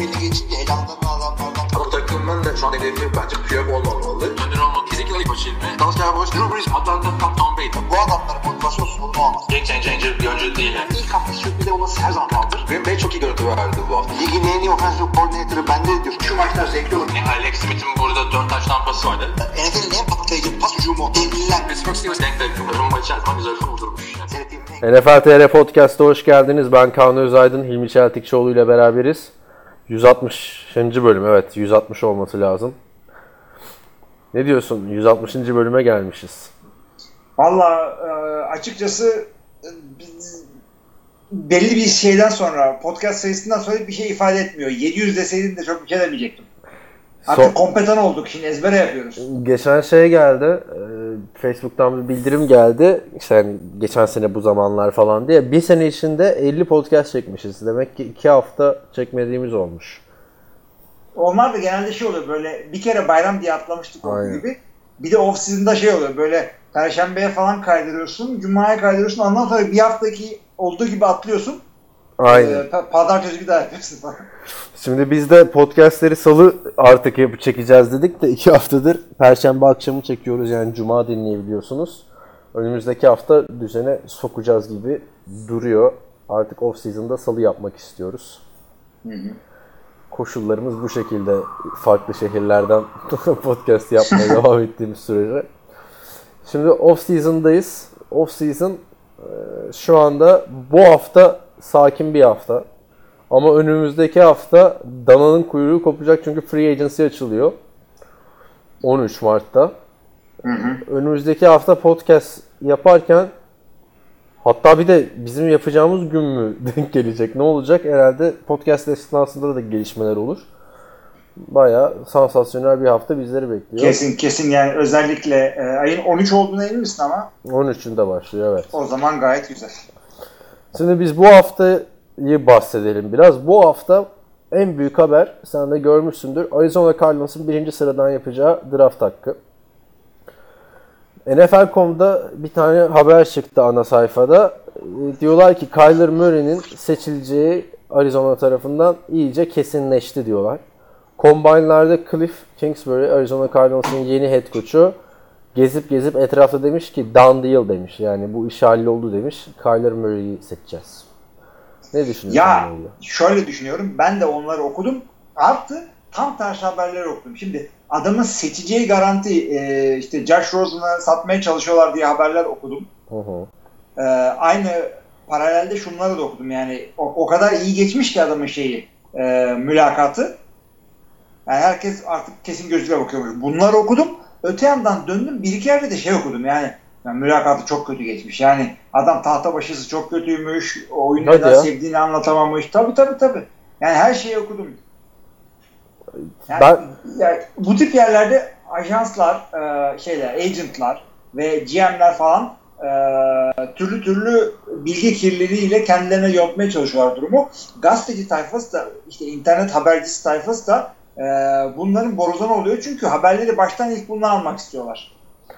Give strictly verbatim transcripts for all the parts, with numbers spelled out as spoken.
belli geçince elanlarını alanlardan. Ama takımın da şu an hedefi bence Piyok olmamalı. Döner olmalı. Kesinlikle ilk başı ilmi. Dalsya Boş, Drew Brees, Atlanta, Tom Brady. Bu adamların motivasyon sorunu olmaz. Game changer bir oyuncu değil yani. İlk hafta sürpriz olması her zaman kaldır. Green Bay çok iyi görüntü verdi bu hafta. Ligin en iyi offensive coordinator'ı bende diyor. Şu maçlar zevkli olur. Yani Alex Smith'in burada dört taş tampası vardı. N F L'in en patlayıcı pas hücumu. Devliler. Pittsburgh Steelers denk denk. Rumba içerisinde güzel kurdurmuş. N F L T R Podcast'a hoş geldiniz. Ben Kaan Özaydın, Hilmi Çeltikçioğlu ile beraberiz. yüz altmışıncı bölüm, evet yüz altmış olması lazım. Ne diyorsun? yüz altmışıncı bölüme gelmişiz. Valla e, açıkçası e, biz, belli bir şeyden sonra, podcast sayısından sonra bir şey ifade etmiyor. yedi yüz deseydin de çok bir şey demeyecektim. Artık so- kompetan olduk. Şimdi ezbere yapıyoruz. Geçen şey geldi. E, Facebook'tan bir bildirim geldi. İşte yani geçen sene bu zamanlar falan diye. Bir sene içinde elli podcast çekmişiz. Demek ki iki hafta çekmediğimiz olmuş. Onlar da genelde şey oluyor, böyle bir kere bayram diye atlamıştık o gibi. Bir de off season'da şey oluyor, böyle Perşembeye falan kaydırıyorsun, Cuma'ya kaydırıyorsun, ondan sonra bir haftaki olduğu gibi atlıyorsun. Aynen. Ee, pazartesi bir daha yapıyorsun falan. Şimdi biz de podcastleri salı artık yapıp çekeceğiz dedik de iki haftadır Perşembe akşamı çekiyoruz, yani Cuma dinleyebiliyorsunuz. Önümüzdeki hafta düzene sokacağız gibi duruyor. Artık off season'da salı yapmak istiyoruz. Hı hı. Koşullarımız bu şekilde, farklı şehirlerden podcast yapmaya devam ettiğimiz sürece. Şimdi off season'dayız. Off season şu anda bu hafta sakin bir hafta. Ama önümüzdeki hafta dananın kuyruğu kopacak çünkü free agency açılıyor. on üç Mart'ta. Hı hı. Önümüzdeki hafta podcast yaparken, hatta bir de bizim yapacağımız gün mü denk gelecek, ne olacak? Herhalde podcast esnasında da gelişmeler olur. Bayağı sansasyonel bir hafta bizleri bekliyor. Kesin kesin, yani özellikle e, ayın on üç olduğuna emin misin ama? on üçünde başlıyor, evet. O zaman gayet güzel. Şimdi biz bu haftayı bahsedelim biraz. Bu hafta en büyük haber, sen de görmüşsündür, Arizona Cardinals'ın birinci sıradan yapacağı draft hakkı. N F L nokta com'da bir tane haber çıktı ana sayfada. E, diyorlar ki Kyler Murray'nin seçileceği Arizona tarafından iyice kesinleşti diyorlar. Combine'larda Cliff Kingsbury, Arizona Cardinals'ın yeni head coach'u, gezip gezip etrafta demiş ki done deal demiş. Yani bu iş halloldu demiş. Kyler Murray'i seçeceğiz. Ne düşünüyorsun? Ya öyle? Şöyle düşünüyorum. Ben de onları okudum. Artı tam tersi haberleri okudum. Şimdi adamın seçeceği garanti, e, işte Josh Rosen'ı satmaya çalışıyorlar diye haberler okudum. Hı hı. E, aynı paralelde şunları da okudum. Yani o, o kadar iyi geçmiş ki adamın şeyi, e, mülakatı. Yani herkes artık kesin gözüyle bakıyormuş. Bunları okudum. Öte yandan döndüm. Bir iki yerde de şey okudum. Yani, yani mülakatı çok kötü geçmiş. Yani adam tahta başısı çok kötüymüş. Oyunu neden sevdiğini anlatamamış. Tabii tabii tabii. Yani her şeyi okudum. Yani, ben... yani bu tip yerlerde ajanslar, e, şeyler, agentlar ve G M'ler falan e, türlü türlü bilgi kirliliğiyle kendilerine yontmaya çalışıyorlar durumu. Gazeteci tayfası da, işte internet habercisi tayfası da e, bunların borazanı oluyor. Çünkü haberleri baştan ilk bundan almak istiyorlar.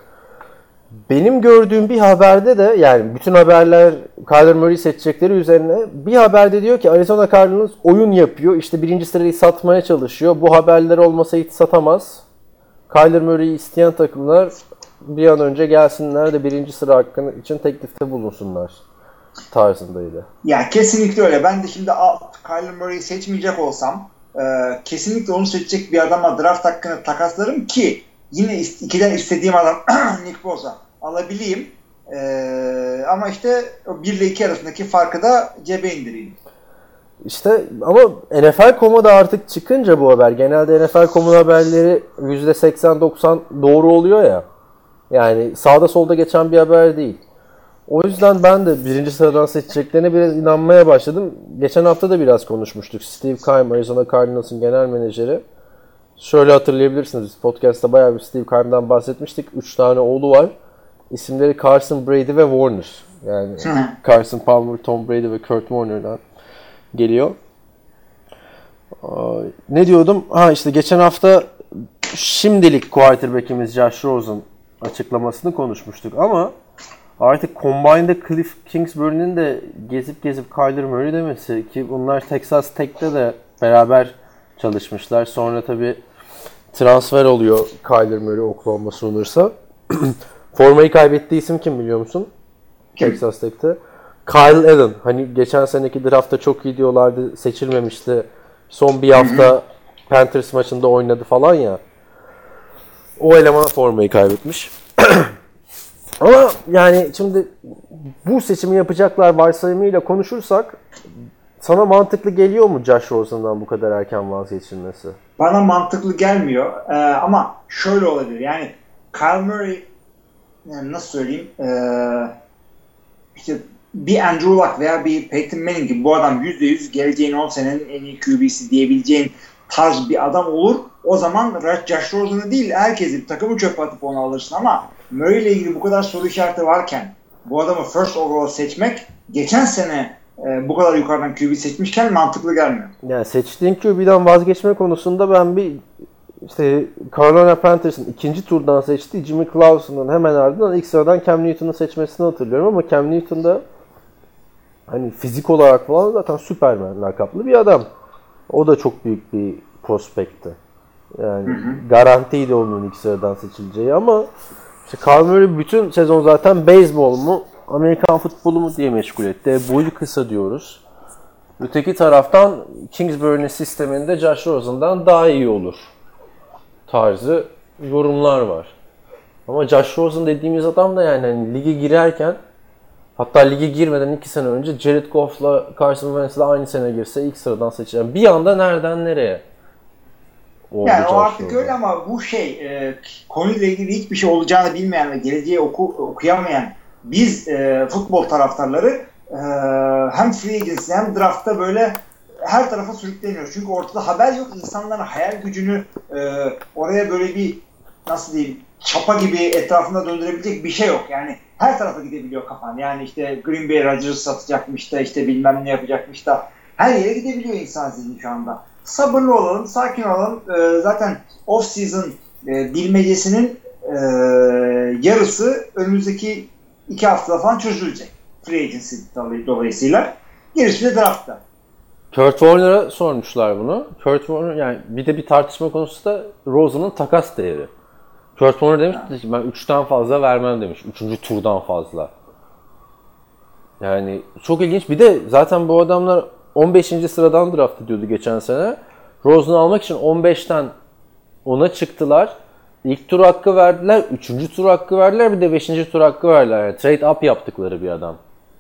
Benim gördüğüm bir haberde de, yani bütün haberler Kyler Murray'i seçecekleri üzerine, bir haberde diyor ki Arizona Cardinals oyun yapıyor. İşte birinci sırayı satmaya çalışıyor. Bu haberler olmasa hiç satamaz. Kyler Murray'i isteyen takımlar bir an önce gelsinler de birinci sıra hakkını için teklifte bulunsunlar tarzındaydı. Ya kesinlikle öyle. Ben de şimdi Kyler Murray'i seçmeyecek olsam e, kesinlikle onu seçecek bir adama draft hakkını takaslarım ki yine ikiden istediğim adam Nick Bosa alabileyim. Ee, ama işte bir ile iki arasındaki farkı da cebe indireyim. İşte ama N F L nokta com'a da artık çıkınca bu haber, genelde N F L nokta com'un haberleri yüzde seksen doksan doğru oluyor ya. Yani sağda solda geçen bir haber değil. O yüzden ben de birinci sıradan seçeceklerine biraz inanmaya başladım. Geçen hafta da biraz konuşmuştuk. Steve Keim, Arizona Cardinals'ın genel menajeri. Şöyle hatırlayabilirsiniz. Podcast'ta bayağı bir Steve Keim'den bahsetmiştik. Üç tane oğlu var. İsimleri Carson, Brady ve Warner. Yani Carson Palmer, Tom Brady ve Kurt Warner'dan geliyor. Ne diyordum? Ha işte geçen hafta şimdilik quarterback'imiz Josh Rosen açıklamasını konuşmuştuk ama artık Combine'da Cliff Kingsbury'nin de gezip gezip Kyler Murray demesi, ki bunlar Texas Tech'te de beraber çalışmışlar. Sonra tabii transfer oluyor Kyler Murray Oklahoma Sooners'a. Formayı kaybettiği isim kim biliyor musun? Kim? Texas Tech'te. Kyle Allen. Hani geçen seneki draftta çok iyi diyorlardı. Seçilmemişti. Son bir hafta hı hı. Panthers maçında oynadı falan ya. O elemana formayı kaybetmiş. Ama yani şimdi bu seçimi yapacaklar varsayımıyla konuşursak sana mantıklı geliyor mu Josh Rosen'dan bu kadar erken vazgeçilmesi? Bana mantıklı gelmiyor ee, ama şöyle olabilir. Yani Kyle Murray yani nasıl söyleyeyim ee, işte bir Andrew Luck veya bir Peyton Manning gibi bu adam yüzde yüz geleceğin on senenin en iyi Q B'si diyebileceğin tarz bir adam olur. O zaman Josh Rosen'ı değil herkesi takımı çöpe atıp onu alırsın ama Murray ile ilgili bu kadar soru işareti varken bu adamı first overall seçmek geçen sene e, bu kadar yukarıdan Q B seçmişken mantıklı gelmiyor. Yani seçtiğin Q B'den vazgeçme konusunda ben bir işte Carolina Panthers'ın ikinci turdan seçtiği Jimmy Clausen'ın hemen ardından ilk sıradan Cam Newton'u seçmesini hatırlıyorum ama Cam Newton da hani fizik olarak falan zaten Superman lakaplı bir adam. O da çok büyük bir prospekti. Yani hı hı. garantiydi onun ilk sıradan seçileceği ama işte Kyle Murray bütün sezon zaten beyzbol mu, Amerikan futbolu mu diye meşgul etti. Boyu kısa diyoruz. Öteki taraftan Kingsbury'nin sisteminde Josh Rosen'dan daha iyi olur tarzı yorumlar var. Ama Josh Rosen dediğimiz adam da yani hani lige girerken hatta lige girmeden iki sene önce Jared Goff'la Carson Wentz'le aynı sene girse ilk sıradan seçilen. Bir anda nereden nereye? Oldu yani o artık öyle ama bu şey e, konuyla ilgili hiçbir şey olacağını bilmeyen ve geleceği oku, okuyamayan biz e, futbol taraftarları e, hem free agency hem draftta böyle her tarafa sürükleniyoruz. Çünkü ortada haber yok. İnsanların hayal gücünü e, oraya böyle bir nasıl diyeyim çapa gibi etrafında döndürebilecek bir şey yok. Yani her tarafa gidebiliyor kafan. Yani işte Green Bay Rodgers'ı satacakmış da işte bilmem ne yapacakmış da her yere gidebiliyor insan zihni şu anda. Sabırlı olalım, sakin olalım. Ee, zaten off-season e, bilmecesinin e, yarısı önümüzdeki iki haftada falan çözülecek. Free agency dolayısıyla. Gerisi de draftta. Kurt Warner'a sormuşlar bunu. Kurt Warner yani bir de bir tartışma konusu da Rosen'ın takas değeri. Kurt Warner demiş ki ben üçten fazla vermem demiş. Üçüncü turdan fazla. Yani çok ilginç. Bir de zaten bu adamlar on beşinci sıradan draft ediyordu geçen sene. Rosen'ı almak için on beşten ona çıktılar. İlk tur hakkı verdiler. Üçüncü tur hakkı verdiler. Bir de beşinci tur hakkı verdiler. Yani trade up yaptıkları bir adam.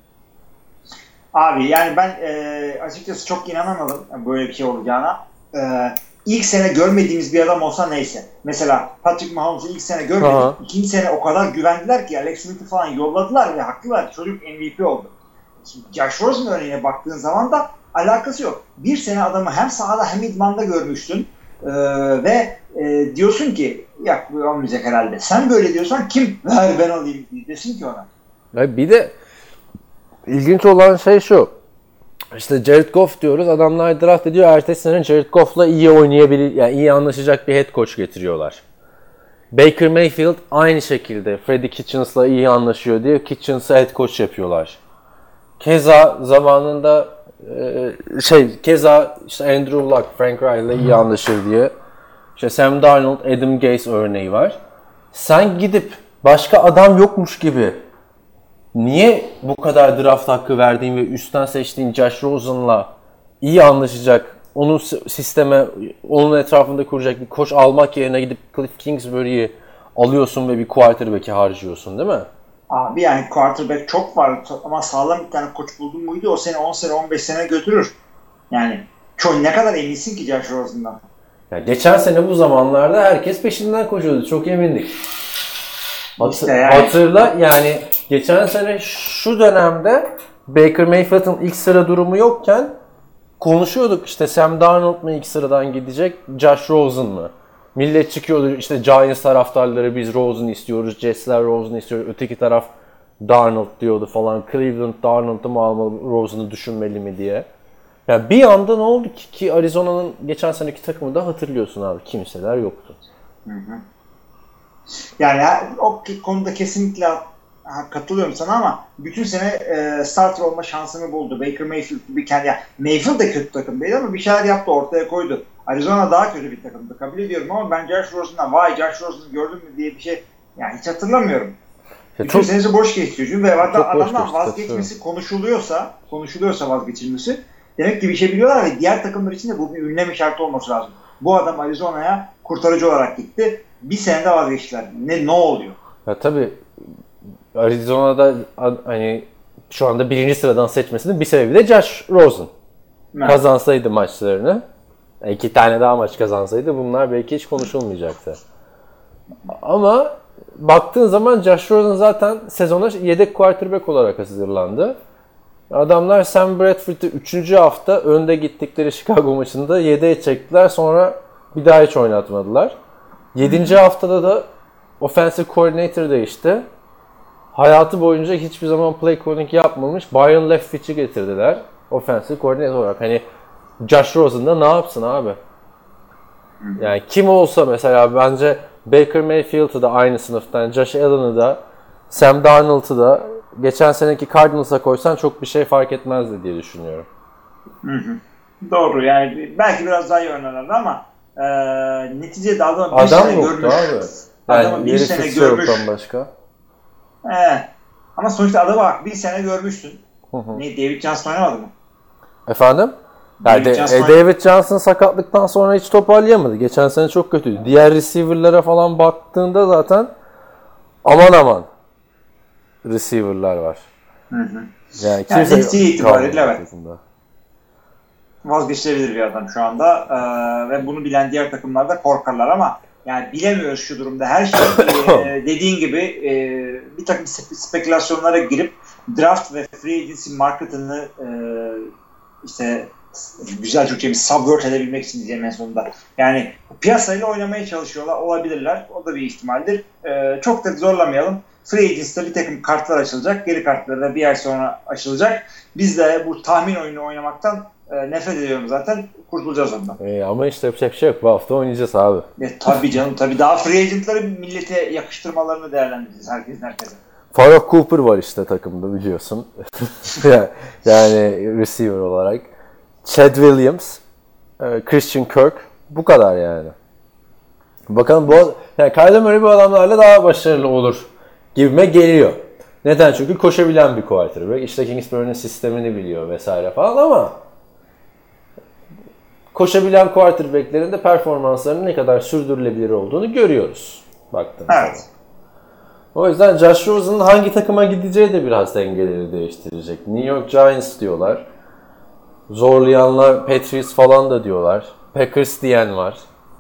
Abi yani ben e, açıkçası çok inanamadım böyle bir şey olacağına. E, ilk sene görmediğimiz bir adam olsa neyse. Mesela Patrick Mahomes'u ilk sene görmedik. Aha. İkinci sene o kadar güvendiler ki Alex Smith'i falan yolladılar ve haklılar. Çocuk M V P oldu. Şimdi Josh Rosen örneğine baktığın zaman da alakası yok. Bir sene adamı hem sahada hem idmanda görmüştün ee, ve e, diyorsun ki ya bu olmayacak herhalde. Sen böyle diyorsan kim? Ver ben alayım desin ki ona. Ya bir de ilginç olan şey şu. İşte Jared Goff diyoruz. Adamlar draft ediyor. Ertesi sene Jared Goff'la iyi oynayabilir, yani iyi anlaşacak bir head coach getiriyorlar. Baker Mayfield aynı şekilde Freddie Kitchens'la iyi anlaşıyor diye Kitchens'ı head coach yapıyorlar. Keza zamanında şey keza işte Andrew Luck, Frank Reich'la iyi anlaşır diye. İşte Sam Darnold, Adam Gase örneği var. Sen gidip başka adam yokmuş gibi niye bu kadar draft hakkı verdiğin ve üstten seçtiğin Josh Rosen'la iyi anlaşacak, onun sisteme, onun etrafında kuracak bir koç almak yerine gidip Cliff Kingsbury'yi alıyorsun ve bir quarterback'i harcıyorsun değil mi? Abi yani quarterback çok var ama sağlam bir tane koç buldun muydu o sene on sene on beş sene götürür. Yani çok ne kadar eminsin ki Josh Rosen'dan. Ya geçen sene bu zamanlarda herkes peşinden koşuyordu. Çok emindik. Hatır, işte yani. Hatırla yani geçen sene şu dönemde Baker Mayfield'ın ilk sıra durumu yokken konuşuyorduk işte Sam Darnold mu ilk sıradan gidecek, Josh Rosen mı? Millet çıkıyordu işte Giants taraftarları biz Rosen istiyoruz, Jets'ler Rosen istiyor, öteki taraf Darnold diyordu falan. Cleveland Darnold'u mu almalı, Rosen'ı düşünmeli mi diye. Yani bir anda ne oldu ki, ki Arizona'nın geçen seneki takımı da hatırlıyorsun abi, kimseler yoktu. Hı hı. Yani o konuda kesinlikle ha, katılıyorum sana ama bütün sene e, starter olma şansını buldu. Baker Mayfield bir kendi, yani Mayfield de kötü takım değil ama bir şeyler yaptı, ortaya koydu. Arizona daha kötü bir takımdı, kabul ediyorum ama ben Josh Rosen'dan vay Josh Rosen'ı gördün mü diye bir şey yani hiç hatırlamıyorum. Ya bütün çok, senesi boş geçiyor ve hatta adamdan vazgeçmesi konuşuluyorsa, konuşuluyorsa vazgeçilmesi demek ki bir şey biliyorlar ve diğer takımlar için de bu bir ünlem işareti olması lazım. Bu adam Arizona'ya kurtarıcı olarak gitti. Bir senede vazgeçtiler. Ne ne oluyor? Ya tabii Arizona'da hani şu anda birinci sıradan seçmesinin bir sebebi de Josh Rosen. Evet. Kazansaydı maçlarını, iki tane daha maç kazansaydı bunlar belki hiç konuşulmayacaktı. Ama baktığın zaman Josh Rosen zaten sezona yedek quarterback olarak hazırlandı. Adamlar Sam Bradford'u üçüncü hafta önde gittikleri Chicago maçında yedeğe çektiler. Sonra bir daha hiç oynatmadılar. yedinci haftada da offensive coordinator değişti. Hayatı boyunca hiçbir zaman play calling yapmamış Byron Leftwich'i getirdiler. Offensive coordinator olarak. Hani Josh Rosen da ne yapsın abi? Yani kim olsa mesela bence Baker Mayfield'ı da aynı sınıftan, Josh Allen'ı da, Sam Darnold'u da geçen seneki Cardinals'a koysan çok bir şey fark etmezdi diye düşünüyorum. Hı hı. Doğru yani belki biraz daha iyi oynarlardı ama e, neticede adam bir adam sene görmüş. Abi. Yani adamı bir sene görmüş. Başka. He. Ama sonuçta adamı bak bir sene görmüşsün. Hı hı. Ne David Johnson oynamadı mı? Efendim? Yani David, Johnson, David Johnson sakatlıktan sonra hiç toparlayamadı. Geçen sene çok kötüydü. Diğer receiver'lara falan baktığında zaten aman aman receiver'lar var. Hı hı. Yani kimse yani netice itibariyle evet. Vazgeçilebilir bir adam şu anda ee, ve bunu bilen diğer takımlar da korkarlar ama yani bilemiyoruz şu durumda. Her şey e, dediğin gibi e, bir takım spekülasyonlara girip draft ve free agency market'ını e, işte güzel Türkçe bir subvert edebilmek için diyeceğim en sonunda. Yani piyasayla oynamaya çalışıyorlar, olabilirler. O da bir ihtimaldir. E, çok da zorlamayalım. Free agency'de bir takım kartlar açılacak. Geri kartları da bir ay sonra açılacak. Biz de bu tahmin oyunu oynamaktan e, nefret ediyorum zaten. Kurtulacağız ondan. E, ama işte yapacak bir şey yok. Bu hafta oynayacağız abi. E, tabii canım tabii. Daha free agent'ları millete yakıştırmalarını değerlendireceğiz. Herkesin herkese. Farrah Cooper var işte takımda biliyorsun. Yani receiver olarak. Chad Williams, Christian Kirk. Bu kadar yani. Bakalım bu yani Kyler Murray bu adamlarla daha başarılı olur gibime geliyor. Neden? Çünkü koşabilen bir quarterback. İşte Kingsbury'nin sistemini biliyor vesaire falan ama koşabilen quarterback'lerin de performanslarının ne kadar sürdürülebilir olduğunu görüyoruz. Baktığınız zaman. Evet. O yüzden Josh Rosen'ın hangi takıma gideceği de biraz dengeleri değiştirecek. New York Giants diyorlar. Zorlayanlar Patriots falan da diyorlar. Packers diyen var.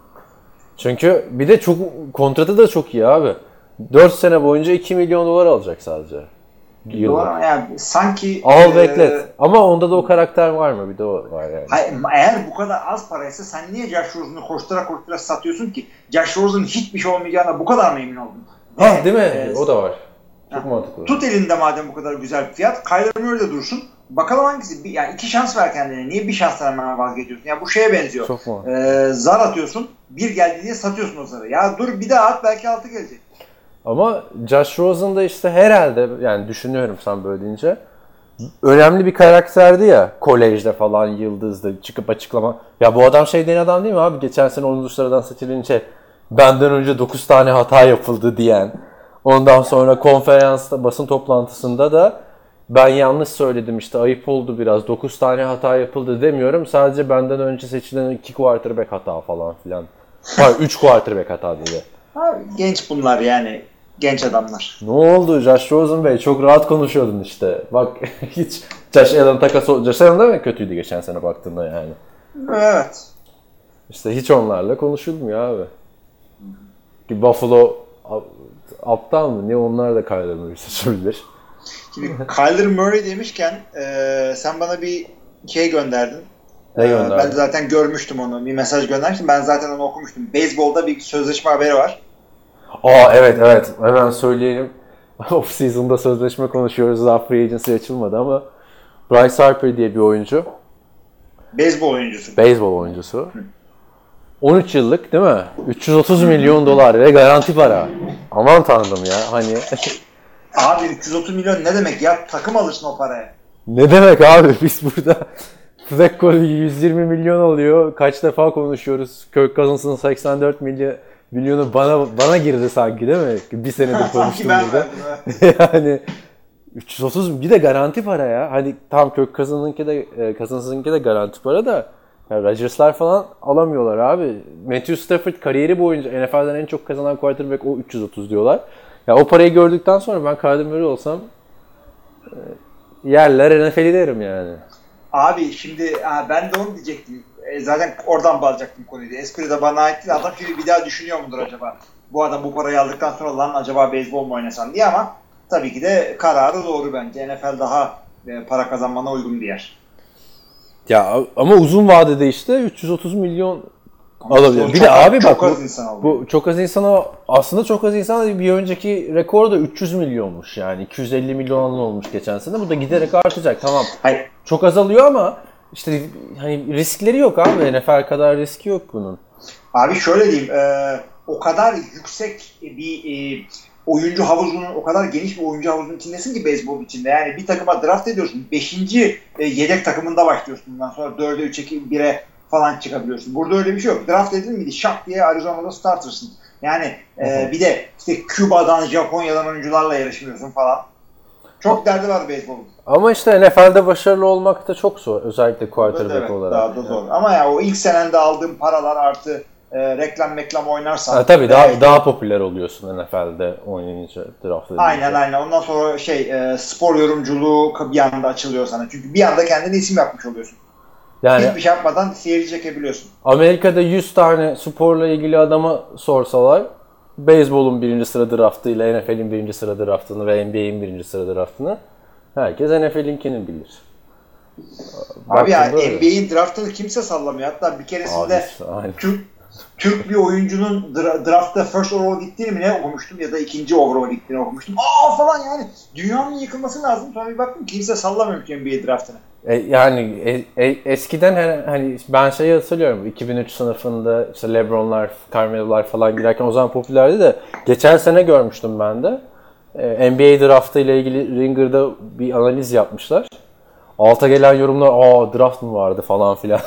Çünkü bir de çok kontratı da çok iyi abi. dört sene boyunca iki milyon dolar alacak sadece. Doğru yani sanki al e, beklet. Ama onda da o karakter var mı? Bir de o var yani. Hayır, eğer bu kadar az paraysa sen niye Josh Rosen'ı koştura koştura satıyorsun ki? Josh Rosen'ın hiçbir şey olmayacağına bu kadar mı emin oldun? Ha değil mi? E, o da var. Çok ha, mantıklı. Tut elinde madem bu kadar güzel bir fiyat. Kyler Murray de dursun. Bakalım hangisi? Yani iki şans ver kendine. Niye bir şanstan hemen vazgeçiyorsun? Ya bu şeye benziyor. Çok mu? Ee, zar atıyorsun. Bir geldi diye satıyorsun o zarı. Ya dur bir daha at belki altı gelecek. Ama Josh Rosen da işte herhalde yani düşünüyorum sen böyle deyince önemli bir karakterdi ya kolejde falan yıldızdı çıkıp açıklama. Ya bu adam şey diyen adam değil mi abi? Geçen sene onuncu sıradan seçilince benden önce dokuz tane hata yapıldı diyen. Ondan sonra konferansta basın toplantısında da ben yanlış söyledim işte ayıp oldu biraz dokuz tane hata yapıldı demiyorum. Sadece benden önce seçilen iki quarterback hata falan filan. Hayır üç quarterback hata dedi. Abi, genç bunlar yani. Genç adamlar. Ne oldu Josh Rosen Bey? Çok rahat konuşuyordun işte. Bak hiç Josh Allen takası... Josh Allen da mı kötüydü geçen sene baktığında yani? Evet. İşte hiç onlarla konuşulmuyor abi. Ki Buffalo aptal mı? Niye onlar da Kyler Murray seçebilir? Şimdi Kyler Murray demişken e, sen bana bir şey gönderdin. Ne gönderdin? E, ben de zaten görmüştüm onu. Bir mesaj göndermiştim. Ben zaten onu okumuştum. Beyzbolda bir sözleşme haberi var. Aa evet evet. Hemen söyleyelim. Off-season'da sözleşme konuşuyoruz. Daha free agency açılmadı ama Bryce Harper diye bir oyuncu. Beyzbol oyuncusu. Beyzbol oyuncusu. on üç yıllık değil mi? üç yüz otuz milyon dolar ve garanti para. Aman tanrım ya. Hani Abi üç yüz otuz milyon ne demek ya? Takım alırsın o paraya. Ne demek abi? Biz burada Flacco yüz yirmi milyon alıyor. Kaç defa konuşuyoruz. Kirk Cousins'ın seksen dört milyon milyonu bana bana girdi sanki değil mi? Bir senedir konuştum burada. Yani üç yüz otuz bir de garanti para ya. Hani tam Kirk Cousins'ınki de Cousins'ınki de garanti para da yani Rodgers'lar falan alamıyorlar abi. Matthew Stafford kariyeri boyunca N F L'den en çok kazanan quarterback o üç yüz otuz diyorlar. Ya o parayı gördükten sonra ben Kyler Murray olsam yerler N F L'i derim yani. Abi şimdi ben de onu diyecektim. E, zaten oradan bağlayacaktım konuyu. Espri de bana ait değil. Adam gibi bir daha düşünüyor mudur acaba? Bu adam bu parayı aldıktan sonra lan acaba beyzbol mu oynasam diye ama tabii ki de kararı doğru bence. N F L daha e, para kazanmana uygun bir yer. Ya ama uzun vadede işte üç yüz otuz milyon alabilir. Bir de abi bak bu, bu çok az insana aslında çok az insan bir önceki rekor da üç yüz milyonmuş yani iki yüz elli milyon alan olmuş geçen sene. Bu da giderek artacak. Tamam. Hayır. Çok azalıyor ama işte hani riskleri yok abi. N F L kadar riski yok bunun. Abi şöyle diyeyim. E, o kadar yüksek bir e, oyuncu havuzunun o kadar geniş bir oyuncu havuzunun içindesin ki beyzbol içinde. Yani bir takıma draft ediyorsun. beşinci E, yedek takımında başlıyorsun. Bundan sonra dörde üçe bire falan çıkabiliyorsun. Burada öyle bir şey yok. Draft edildi miydi? Şak diye Arizona'da startersın. Yani e, bir de işte Küba'dan, Japonya'dan oyuncularla yarışmıyorsun falan. Çok derdi var beyzbolun. Ama işte N F L'de başarılı olmak da çok zor. Özellikle quarterback evet, olarak. Daha da zor. Yani. Ama ya o ilk senende aldığın paralar artı e, reklam meklam oynarsan. Ha, tabii daha işte, daha popüler oluyorsun N F L'de oynayınca draft edince. Aynen aynen. Ondan sonra şey e, spor yorumculuğu bir anda açılıyor sana. Çünkü bir anda kendine isim yapmış oluyorsun. Yani hiçbir şey yapmadan seyirci çekebiliyorsun. Amerika'da yüz tane sporla ilgili adama sorsalar beyzbolun birinci sıra draftıyla N F L'in birinci sıra draftını ve N B A'in birinci sıra draftını herkes N F L''inkini bilir. Abi ya N B A'in draftını kimse sallamıyor. Hatta bir keresinde Abi, Türk, Türk bir oyuncunun dra- draftta first overall gittiğini mi ne okumuştum ya da ikinci overall gittiğini okumuştum. Aa falan yani dünyanın yıkılması lazım. Sonra bir baktım kimse sallamıyor N B A draftını. E, yani e, e, eskiden hani ben şeyi hatırlıyorum iki bin üç sınıfında işte LeBron'lar, Carmelo'lar falan girerken o zaman popülerdi de geçen sene görmüştüm ben de. E, N B A draftı ile ilgili Ringer'da bir analiz yapmışlar. Alta gelen yorumlar aa draft mı vardı falan filan.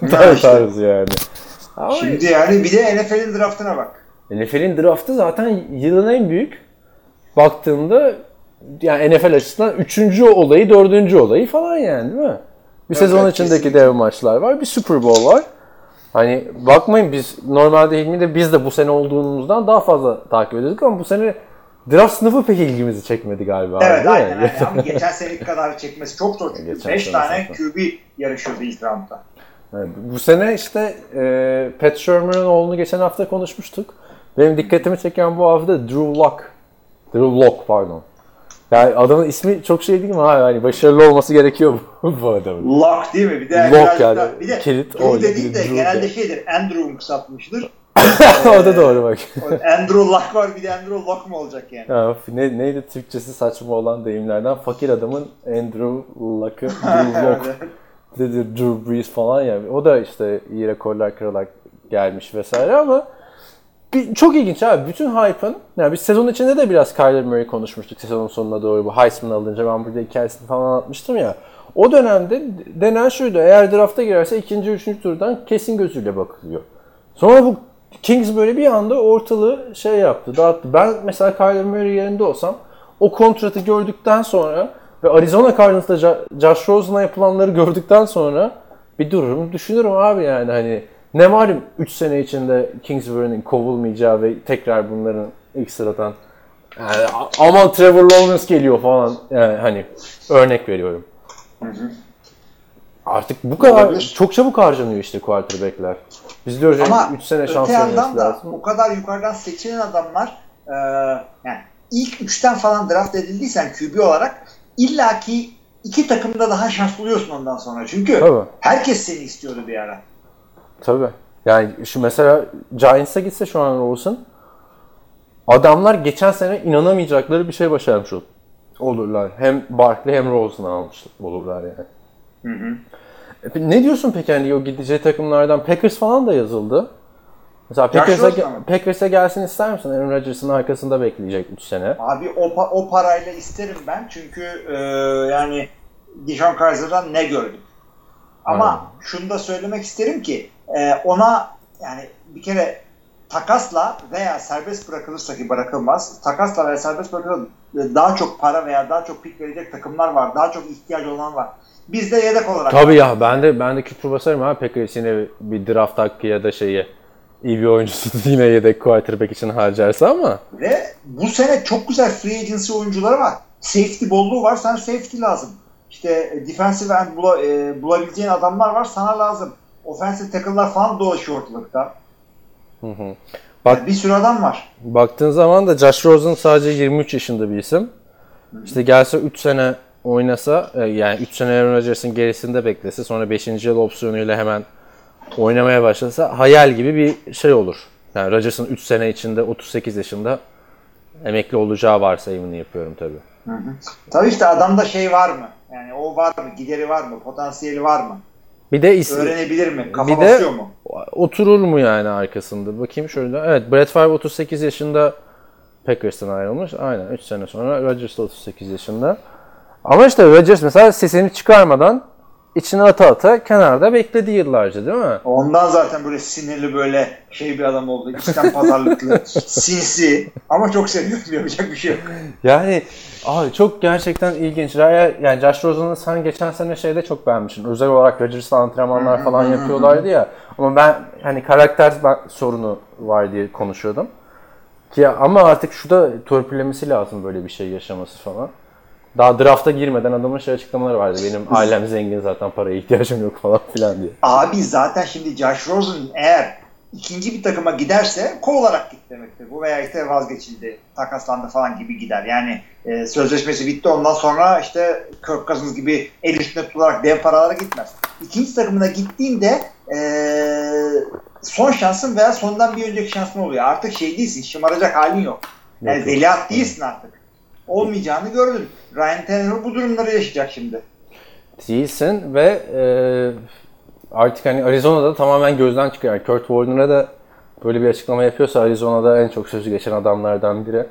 Tarzı yani. Ama şimdi yani bir de N F L'in draftına bak. N F L'in draftı zaten yılın en büyük. Baktığında yani N F L açısından üçüncü olayı, dördüncü olayı falan yani değil mi? Bir evet, sezon evet, içindeki kesinlikle. Dev maçlar var, bir Super Bowl var. Hani bakmayın biz normalde Hilmi'de biz de bu sene olduğumuzdan daha fazla takip ediyorduk ama bu sene draft sınıfı pek ilgimizi çekmedi galiba. Evet abi, aynen aynen ama geçen seneki kadar çekmesi çok zor çünkü beş tane Q B yarışıyordu ilk roundda. Evet, bu sene işte e, Pat Shermer'ın oğlunu geçen hafta konuşmuştuk. Benim dikkatimi çeken bu hafta Drew Lock. Drew Lock pardon. Yani adamın ismi çok şey değil mi abi? Hani başarılı olması gerekiyor bu, bu adamın. Lock değil mi? Bir de Lock yani. Da, bir de kilit. Drew dediği de genelde de. Şeydir. Andrew'un kısaltmıştır. O da doğru bak. Andrew Luck var bir de Andrew Lock mu olacak yani? Ya, ne, neydi Türkçesi saçma olan deyimlerden? Fakir adamın Andrew Luck'ı Drew Lock. Dedi Drew Brees falan ya. O da işte iyi rekorlar kırarak gelmiş vesaire ama bir, çok ilginç abi. Bütün hype'ın yani biz sezon içinde de biraz Kyler Murray konuşmuştuk sezonun sonuna doğru. Bu Heisman alınca ben burada hikayesini falan anlatmıştım ya. O dönemde denen şuydu. Eğer drafta girerse ikinci, üçüncü turdan kesin gözüyle bakılıyor. Sonra bu Kings böyle bir anda ortalığı şey yaptı, dağıttı. Ben mesela Kyler Murray yerinde olsam o kontratı gördükten sonra ve Arizona Cardinals'da Josh Rosen'a yapılanları gördükten sonra bir dururum, düşünürüm abi yani hani ne malum üç sene içinde Kingsbury'nin kovulmayacağı ve tekrar bunların ilk sıradan yani aman Trevor Lawrence geliyor falan yani hani örnek veriyorum. Hı hı. Artık bu kadar olabilir. Çok çabuk harcanıyor işte quarterback'ler. Biz diyoruz yani üç sene şans vermesi lazım. O kadar yukarıdan seçilen adamlar e, yani ilk üçten falan draft edildiysen Q B olarak illaki iki takımda daha şans buluyorsun ondan sonra. Çünkü tabii. Herkes seni istiyordu bir ara. Tabii. Yani şu mesela Giants'a gitse şu an Rosen adamlar geçen sene inanamayacakları bir şey başarmış olurlar. Hem Barkley hem Rosen'ı almış olurlar yani. Hı hı. Ne diyorsun peki hani o gideceği takımlardan? Packers falan da yazıldı. Mesela Josh Packers'e, Rosen mı? Packers'e gelsin ister misin? Aaron Rodgers'ın arkasında bekleyecek üç sene. Abi o, pa- o parayla isterim ben çünkü e, yani DeShone Kizer'dan ne gördük. Ama Aynen. şunu da söylemek isterim ki e, ona yani bir kere takasla veya serbest bırakılırsa ki bırakılmaz. Takasla veya serbest bırakılırsa daha çok para veya daha çok pik verecek takımlar var. Daha çok ihtiyacı olan var. Biz de yedek olarak. Tabii ya ben de ben de küfür basarım ha Packers yine bir draft hakkı ya da şeyi iyi bir oyuncusu yine yedek quarterback için harcarsa ama. Ve bu sene çok güzel free agency oyuncuları var. Safety bolluğu var. Sen safety lazım. İşte defensive end bula, e, bulabileceğin adamlar var. Sana lazım. Offensive tackle'lar falan dolaşıyor ortalıkta. Hı hı. Bak, yani bir sürü adam var. Baktığın zaman da Josh Rosen sadece yirmi üç yaşında bir isim. İşte gelse üç sene oynasa yani üç sene Aaron Rodgers'ın gerisinde beklese sonra beşinci yıl opsiyonuyla hemen oynamaya başlasa hayal gibi bir şey olur. Yani Rodgers'ın üç sene içinde otuz sekiz yaşında emekli olacağı varsayımını yapıyorum tabii. Hı hı. Tabii işte adamda şey var mı? Yani o var mı? Gideri var mı? Potansiyeli var mı? Bir de is- öğrenebilir mi? Kafa bir de basıyor mu? Oturur mu yani arkasında? Bakayım şöyle. Evet, Brett Favre otuz sekiz yaşında Packers'tan ayrılmış. Aynen üç sene sonra Rodgers da otuz sekiz yaşında. Ama işte Rodgers mesela sesini çıkarmadan içine ata ata kenarda bekledi yıllarca değil mi? Ondan zaten böyle sinirli böyle şey bir adam oldu. İçten pazarlıklı, sinsi ama çok seviyorum yapacak bir şey yok. Yani abi çok gerçekten ilginç. Yani Josh Rosen'ı sen geçen sene şeyde çok beğenmişsin. Özel olarak Rodgers'la antrenmanlar falan yapıyorlardı ya. Ama ben hani karakter sorunu var diye konuşuyordum. Ki ama artık şu da törpülemesi lazım böyle bir şey yaşaması falan. Daha drafta girmeden adamın şey açıklamaları vardı. Benim ailem zengin zaten paraya ihtiyacım yok falan filan diye. Abi zaten şimdi Josh Rosen eğer ikinci bir takıma giderse kovularak gitti demektir. Bu veya işte vazgeçildi, takaslandı falan gibi gider. Yani e, sözleşmesi bitti ondan sonra işte Kirk Cousins gibi el üstüne tutularak dev paralara gitmez. İkinci takımına gittiğinde e, son şansın veya sondan bir önceki şansın oluyor. Artık şey değilsin, şımaracak halin yok. Yani yok, veliaht yok. değilsin artık. Olmayacağını gördün. Ryan Tannehill bu durumları yaşayacak şimdi. Değilsin ve e, artık hani Arizona'da tamamen gözden çıkıyor. Yani Kurt Warner'a da böyle bir açıklama yapıyorsa Arizona'da en çok sözü geçen adamlardan biri.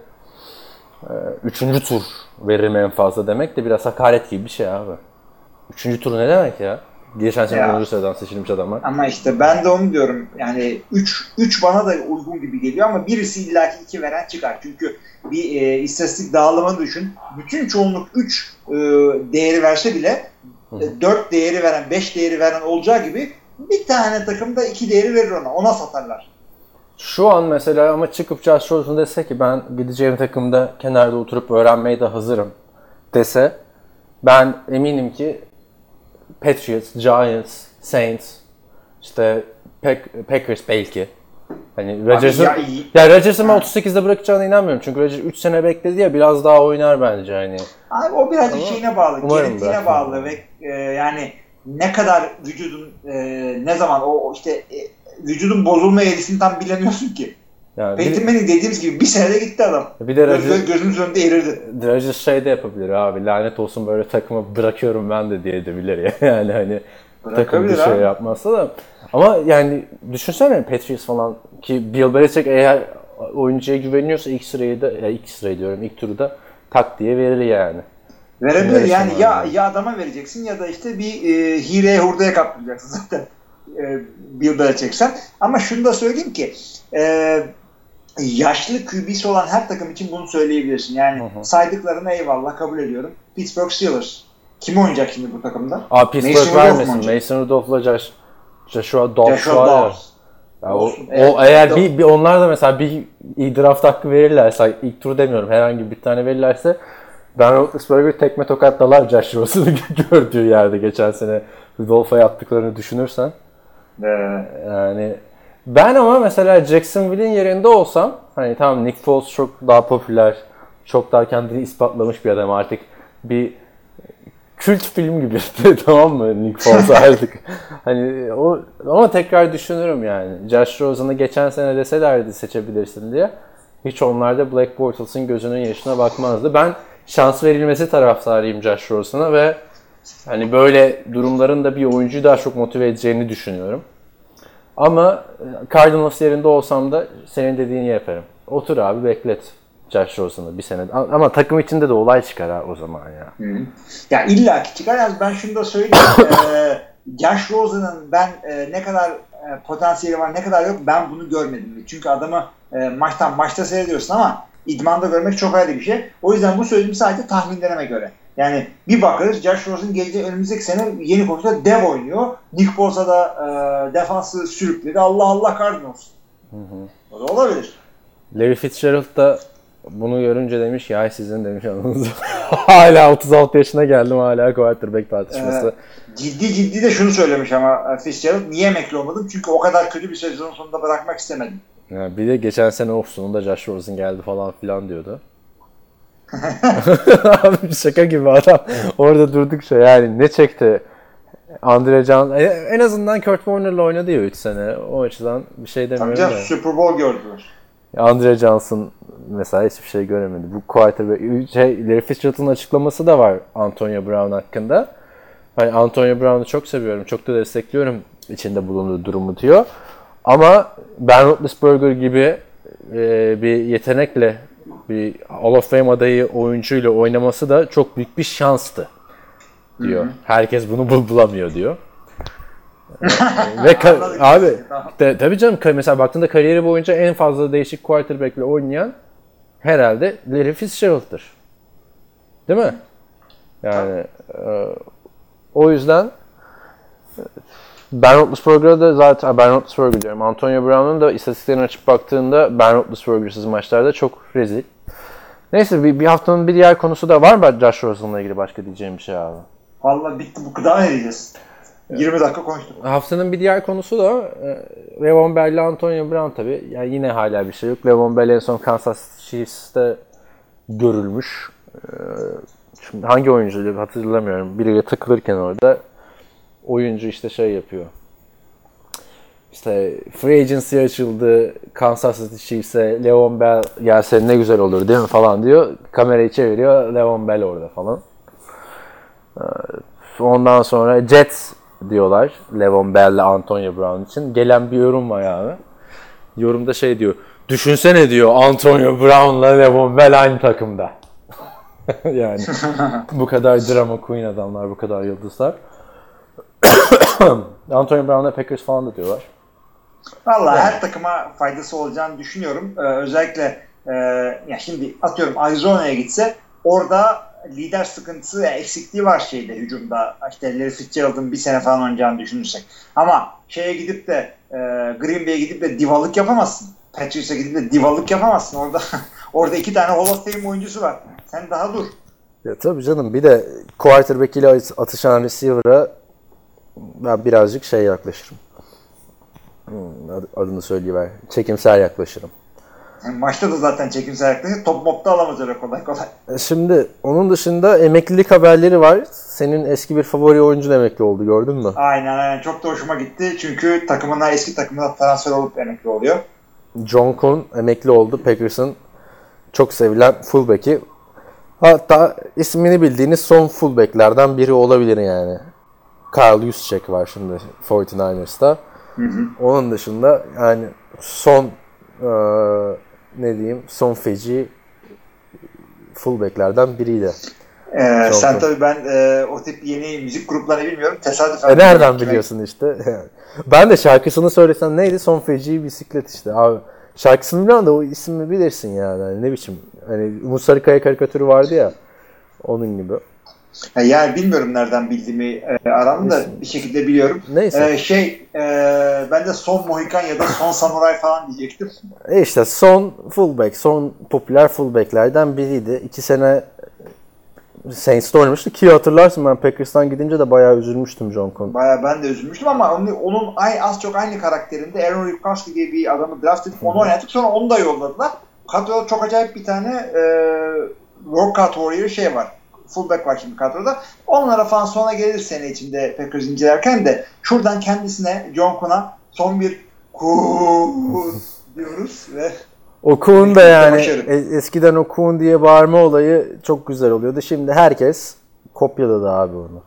E, üçüncü tur veririm en fazla demek de biraz hakaret gibi bir şey abi. Üçüncü tur ne demek ya? Geçen sene onuncu sıradan seçilmiş adamlar. Ama işte ben de onu diyorum. Yani üç bana da uygun gibi geliyor ama birisi illaki iki veren çıkar. Çünkü bir e, istatistik dağılımını düşün. Bütün çoğunluk üç e, değeri verse bile e, dört değeri veren, beş değeri veren olacağı gibi bir tane takımda iki değeri verir ona. Ona satarlar. Şu an mesela ama çıkıp Josh Rosen dese ki ben gideceğim takımda kenarda oturup öğrenmeye de hazırım dese ben eminim ki Patriots, Giants, Saints, işte Pack- Packers belki. Hani Rodgers'ın ya, ya Rodgers'ın ben otuz sekizde bırakacağına inanmıyorum. Çünkü Rodgers üç sene bekledi ya biraz daha oynar bence hani. Abi o birazcık şeyine bağlı, genetiğine bağlı ve e, yani ne kadar vücudun e, ne zaman o işte e, vücudun bozulma eğrisini tam bilemiyorsun ki. Yani Peyton Manning dediğimiz gibi bir senede gitti adam. Bir de Rodgers, Göz, gözümüz önünde erirdi. Rodgers şey de yapabilir abi. Lanet olsun böyle takımı bırakıyorum ben de diye edebilir ya. Yani hani takım bir şey abi. Yapmazsa da. Ama yani düşünsene Patriots falan ki Bill Belichick eğer oyuncuya güveniyorsa ilk sırayı da ya ilk sırayı diyorum ilk turu da tak diye verir yani. Verebilir yani ya ya adama vereceksin ya da işte bir e, hileye hurdaya kaptıracaksın zaten. E, Bill Belichick sen. Ama şunu da söyleyeyim ki e, yaşlı Q B'si olan her takım için bunu söyleyebilirsin. Yani hı hı. saydıklarına eyvallah kabul ediyorum. Pittsburgh Steelers. Kim oynayacak şimdi bu takımda? Aa Pittsburgh vermesin. Mason Rudolph'la Josh, Joshua Dobbs var ya. O, evet, o eğer bir, bir onlar da mesela bir iyi draft hakkı verirlerse ilk tur demiyorum herhangi bir tane verirlerse Ben Roethlisberger tekme tokatlalar Josh Rosen'ı gördüğü yerde geçen sene Rudolph'a yaptıklarını düşünürsen. Evet. Yani ben ama mesela Jacksonville'in yerinde olsam hani tamam Nick Foles çok daha popüler, çok daha kendini ispatlamış bir adam artık bir kült film gibi tamam mı Nick Foles artık. Hani o ama tekrar düşünürüm yani. Josh Rosen'ı geçen sene deselerdi seçebilirsin diye hiç onlar da Black Bortles'ın gözünün yaşına bakmazdı. Ben şans verilmesi taraftarıyım Josh Rosen'a ve hani böyle durumların da bir oyuncuyu daha çok motive edeceğini düşünüyorum. Ama Cardinals yerinde olsam da senin dediğini yaparım. Otur abi beklet Josh Rosen'ı bir sene. Ama takım içinde de olay çıkar ha o zaman ya. Hı. Ya illa ki çıkar. Yani ben şunu da söyleyeyim. e, Josh Rosen'ın ben e, ne kadar e, potansiyeli var ne kadar yok ben bunu görmedim. Çünkü adamı e, maçtan maçta seyrediyorsun ama idmanda görmek çok ayrı bir şey. O yüzden bu söylediğim sadece tahminlerime göre. Yani bir bakarız Josh Rosen gelecek önümüzdeki sene yeni koçta dev oynuyor. Nick Bosa da e, defansı sürükledi. Allah Allah Cardinals. Hı hı. O da olabilir. Larry Fitzgerald da bunu görünce demiş ki ay sizin demiş anladınız. Hala otuz altı yaşına geldim hala quarterback tartışması. Ee, ciddi ciddi de şunu söylemiş ama Fitzgerald niye emekli olmadım? Çünkü o kadar kötü bir sezon sonunda bırakmak istemedim. Ya bir de geçen sene off sonunda Josh Rosen geldi falan filan diyordu. Abi şaka gibi adam. Orada durdukça yani ne çekti? Andre Johnson en azından Kurt Warner'la oynadı ya üç sene. O açıdan bir şey demiyorum. Tabii canım Super Bowl gördüler. Andre Johnson mesela hiçbir şey göremedi. Bu quarterback şey, Larry Fitzgerald'ın açıklaması da var Antonio Brown hakkında. Hani Antonio Brown'u çok seviyorum, çok da destekliyorum içinde bulunduğu durumu diyor. Ama Ben Roethlisberger gibi e, bir yetenekle bir Hall of Fame adayı oyuncuyla oynaması da çok büyük bir şanstı diyor. Hı-hı. Herkes bunu bul- bulamıyor diyor. Ve ka- abi de, tabii canım mesela baktığında kariyeri boyunca en fazla değişik quarterback'le oynayan herhalde Larry Fitzgerald'dır. Değil mi? Yani e, o yüzden Ben Roethlisberger'a da zaten Ben Roethlisberger diyorum. Antonio Brown'un da istatistiklerine açıp baktığında Ben Roethlisberger'sız maçlarda çok rezil. Neyse bir, bir haftanın bir diğer konusu da var mı Josh Rosen'la ilgili başka diyeceğim bir şey abi? Vallahi bitti bu kadar ne diyeceğiz? yirmi dakika konuştuk. Haftanın bir diğer konusu da e, Le'Veon Bell ile Antonio Brown tabii. Yani yine hala bir şey yok. Le'Veon Bell en son Kansas Chiefs'te görülmüş. E, şimdi hangi oyuncuydu hatırlamıyorum. Biriyle takılırken orada oyuncu işte şey yapıyor. İşte free agency açıldı. Kansas City Chiefs'e Le'Veon Bell gelse ne güzel olur değil mi falan diyor. Kamerayı çeviriyor. Le'Veon Bell orada falan. E, ondan sonra Jets diyorlar Le'Veon Bell ile Antonio Brown için. Gelen bir yorum var abi. Yorumda şey diyor. Düşünsene diyor Antonio Brown'la Le'Veon Bell aynı takımda. Yani bu kadar drama queen adamlar, bu kadar yıldızlar. Antonio Brown'la Packers falan da diyorlar. Vallahi yani her takıma faydası olacağını düşünüyorum. Ee, özellikle e, ya şimdi atıyorum Arizona'ya gitse orada lider sıkıntısı, yani eksikliği var şeyde hücumda. İşte Larry Fitzgerald'ın bir sene falan oynayacağını düşünürsek. Ama şeye gidip de e, Green Bay'e gidip de divalık yapamazsın. Patriots'a gidip de divalık yapamazsın. Orada orada iki tane Hall of Fame oyuncusu var. Sen daha dur. Ya tabii canım bir de quarterback ile atışan receiver'a ben birazcık şey yaklaşırım. Hmm, adını söyleyiver. Çekimsel yaklaşırım. Yani maçta da zaten çekimsel yaklaşır. Top mopta alamaz öyle kolay kolay. Şimdi onun dışında emeklilik haberleri var. Senin eski bir favori oyuncun emekli oldu, gördün mü? Aynen aynen. Çok da hoşuma gitti. Çünkü takımına eski takımına transfer olup emekli oluyor. John Kuhn emekli oldu. Packers'ın çok sevilen fullback'i. Hatta ismini bildiğiniz son fullback'lerden biri olabilir yani. Kyle Juszczyk var şimdi kırk dokuz ers'ta. Hı hı. Onun dışında yani son e, ne diyeyim son feci fullback'lerden biriydi. Ee, sen tabii ben e, o tip yeni müzik gruplarını bilmiyorum. Tesadüfen. E nereden biliyorsun işte? Ben de şarkısını söylesem neydi? Son feci bisiklet işte abi. Şarkısını bilmiyorum da o ismi bilirsin yani. Yani ne biçim. Hani Umut Sarıkaya karikatürü vardı ya. Onun gibi. Yani bilmiyorum nereden bildiğimi e, aramda da bir şekilde biliyorum. Neyse. E, şey e, ben de son Mohikan ya da son Samuray falan diyecektim. E işte son fullback, son popüler fullbacklerden biriydi. İki sene Saints'te oynamıştı ki hatırlarsın ben Packers'tan gidince de bayağı üzülmüştüm John Kuhn. Bayağı ben de üzülmüştüm ama onun, onun az çok aynı karakterinde Aaron Ripkowski diye bir adamı draft edip onu oynattık sonra onu da yolladılar. Kadroda çok acayip bir tane e, Workout Warrior şey var. Fullback var şimdi kadroda. Onlara falan sonra gelir sene içinde Packers incelerken de şuradan kendisine John Kuhn'a son bir Kuhn diyoruz ve o Kuhn da yani eskiden o Kuhn diye bağırma olayı çok güzel oluyordu. Şimdi herkes kopyaladı abi onu.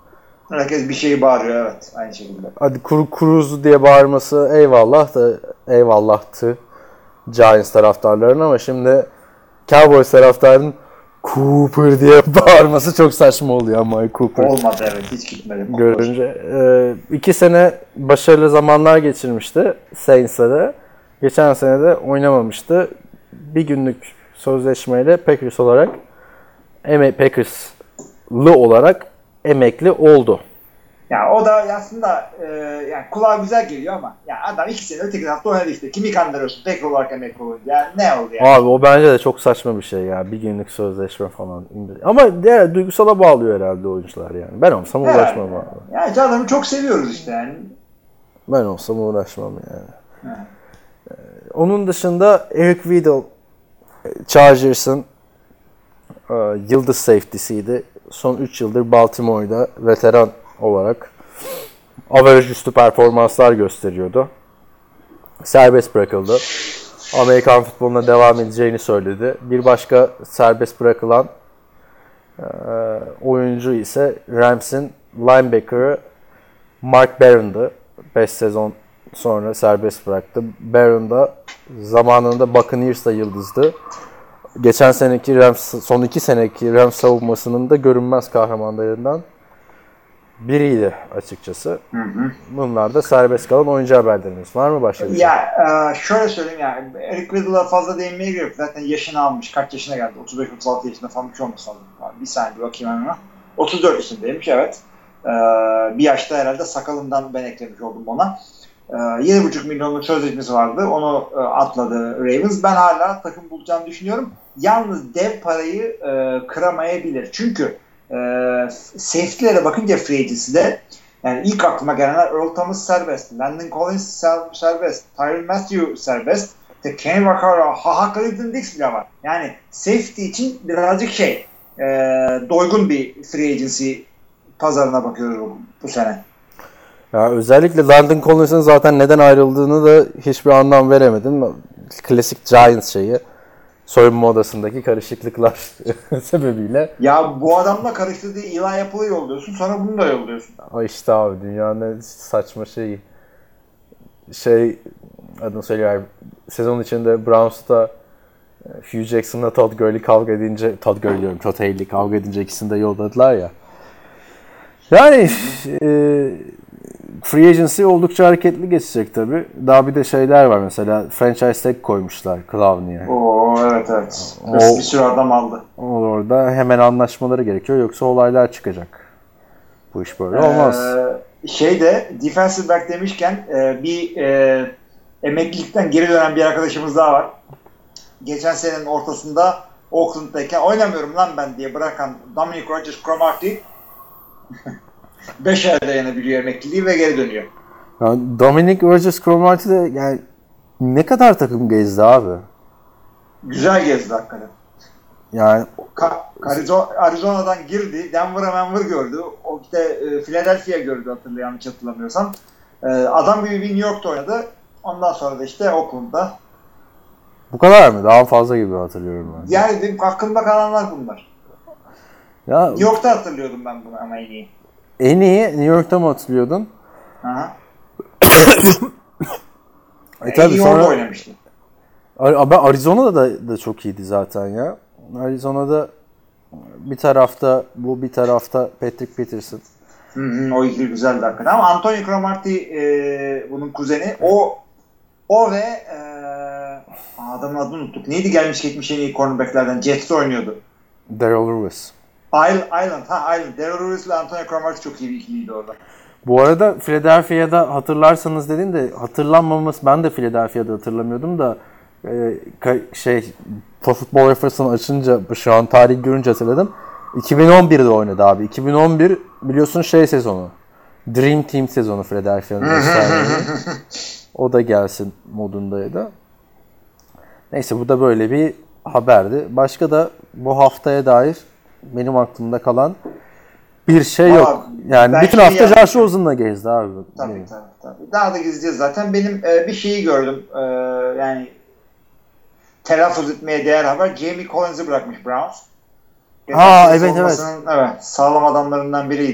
Herkes bir şeyi bağırıyor, evet, aynı şekilde. Hadi kuru kuruzu diye bağırması eyvallah da eyvallahtı Giants taraftarlarının, ama şimdi Cowboys taraftarının Cooper diye bağırması çok saçma oluyor ama Cooper. Olmadı, evet, hiç gitmedi. Görünce e, iki sene başarılı zamanlar geçirmişti Saints'e. Geçen sene de oynamamıştı. Bir günlük sözleşmeyle Packers olarak eme Packers'lı olarak emekli oldu. Ya o da aslında e, yani kulağa güzel geliyor ama ya adam iki sene öteki hafta oynadı işte. Kimi kandırıyorsun Packer olarak emekli olunca? Yani ne oldu yani? Abi o bence de çok saçma bir şey ya. Bir günlük sözleşme falan. Ama diğer duygusala bağlıyor herhalde oyuncular yani. Ben olsam uğraşmam yani. abi. Yani canım çok seviyoruz işte yani. Ben olsam uğraşmam yani. Evet. Onun dışında Eric Weddle Chargers'ın e, yıldız safety'siydi. Son üç yıldır Baltimore'da veteran olarak average üstü performanslar gösteriyordu. Serbest bırakıldı. Amerikan futboluna devam edeceğini söyledi. Bir başka serbest bırakılan e, oyuncu ise Rams'in linebacker'ı Mark Barron'dı. beş sezon sonra serbest bıraktı. Barron da zamanında Buccaneers'ta yıldızdı. Geçen seneki Rams, son iki seneki Rams savunmasının da görünmez kahramanlarından biriydi açıkçası. Hı hı. Bunlar da serbest kalan oyuncu haberlerimiz. Var mı başka bir şey? Ya e, şöyle söyleyeyim yani Eric Weddle'a fazla değinmeye gerek yok. Zaten yaşını almış. Kaç yaşına geldi? otuz beş otuz altı yaşında falan bir şey olması lazım. Bir saniye bir bakayım hemen. otuz dört yaşındaymış, evet. E, bir yaşta herhalde sakalından ben eklemiş oldum ona. E, yedi buçuk milyonluk sözleşmesi vardı. Onu e, atladı Ravens. Ben hala takım bulacağını düşünüyorum. Yalnız dev parayı e, kıramayabilir. Çünkü e, safety'lere bakınca free agency'de yani ilk aklıma gelenler Earl Thomas serbest, Landon Collins serbest, Tyrann Mathieu serbest, işte Kenny Vaccaro, Haha Clinton Dix bile var. Yani safety için birazcık şey, e, doygun bir free agency pazarına bakıyoruz bu, bu sene. Ya özellikle Landon Collins'in zaten neden ayrıldığını da hiçbir anlam veremedim. Klasik Giants şeyi. Soyunma odasındaki karışıklıklar sebebiyle. Ya bu adamla karıştırdığı Eli Apple'ı yolluyorsun, sonra bunu da yolluyorsun. Ay işte abi dünyanın saçma şeyi. Şey adını söylüyor. Sezon içinde Browns'ta Hugh Jackson'la Todd Gurley kavga edince, Todd Gurley diyorum, Todd Haley kavga edince ikisini de yolladılar ya. Yani e, free agency oldukça hareketli geçecek tabii. Daha bir de şeyler var mesela. Franchise tag koymuşlar Clowney'e. Oo evet evet. O, bir sürü adam aldı. Orada hemen anlaşmaları gerekiyor. Yoksa olaylar çıkacak. Bu iş böyle olmaz. Ee, şeyde defensive back demişken e, bir e, emeklilikten geri dönen bir arkadaşımız daha var. Geçen senenin ortasında Oakland'dayken oynamıyorum lan ben diye bırakan Dominic Rodgers-Cromartie beş ayda yanabiliyor emekliliği ve geri dönüyor. Yani Dominic Rodgers-Cromartie de yani ne kadar takım gezdi abi? Güzel gezdi hakikaten. Yani Ka- Arizona'dan girdi, Denver'a Denver gördü. O işte e, Philadelphia gördü hatırlı yanlış hatırlamıyorsam. E, adam gibi bir New York'ta oynadı. Ondan sonra da işte Oakland'da. Bu kadar mı? Daha fazla gibi hatırlıyorum ben. Yani benim aklımda kalanlar bunlar. Ya, New York'ta hatırlıyordum ben bunu ama en iyi. En iyi New York'ta mı hatırlıyordun? Aha. e, en tabii iyi sonra orada oynamıştım. Ben Arizona'da da, da çok iyiydi zaten ya. Arizona'da bir tarafta bu, bir tarafta Patrick Peterson. Hı hı, o ikili güzeldi hakikaten. Ama Antonio Cromartie e, bunun kuzeni. O o ve e, adamın adını unuttuk. Neydi gelmiş geçmiş en iyi cornerbacklerden? Jets'te oynuyordu. Darrell Lewis. Island, ha Island. Darrell Lewis ile Antonio Cromartie çok iyi bir ikiliydi orada. Bu arada Philadelphia'da hatırlarsanız dedin de hatırlanmaması, ben de Philadelphia'da hatırlamıyordum da e, şey Football Reference'ını açınca şu an tarih görünce hatırladım. iki bin on birde oynadı abi. iki bin on bir biliyorsun şey sezonu. Dream Team sezonu Philadelphia'nın. O da gelsin modundaydı. Neyse bu da böyle bir haberdi. Başka da bu haftaya dair benim aklımda kalan bir şey yok. Abi, yani bütün şey hafta Josh Rosen'la gezdi abi. Tabii yani. tabii tabii. Daha da gezeceğiz zaten. Benim e, bir şeyi gördüm. E, yani telaffuz etmeye değer haber. Jamie Collins'i bırakmış Browns. Ha evet evet. Evet. Sağlam adamlarından biriydi.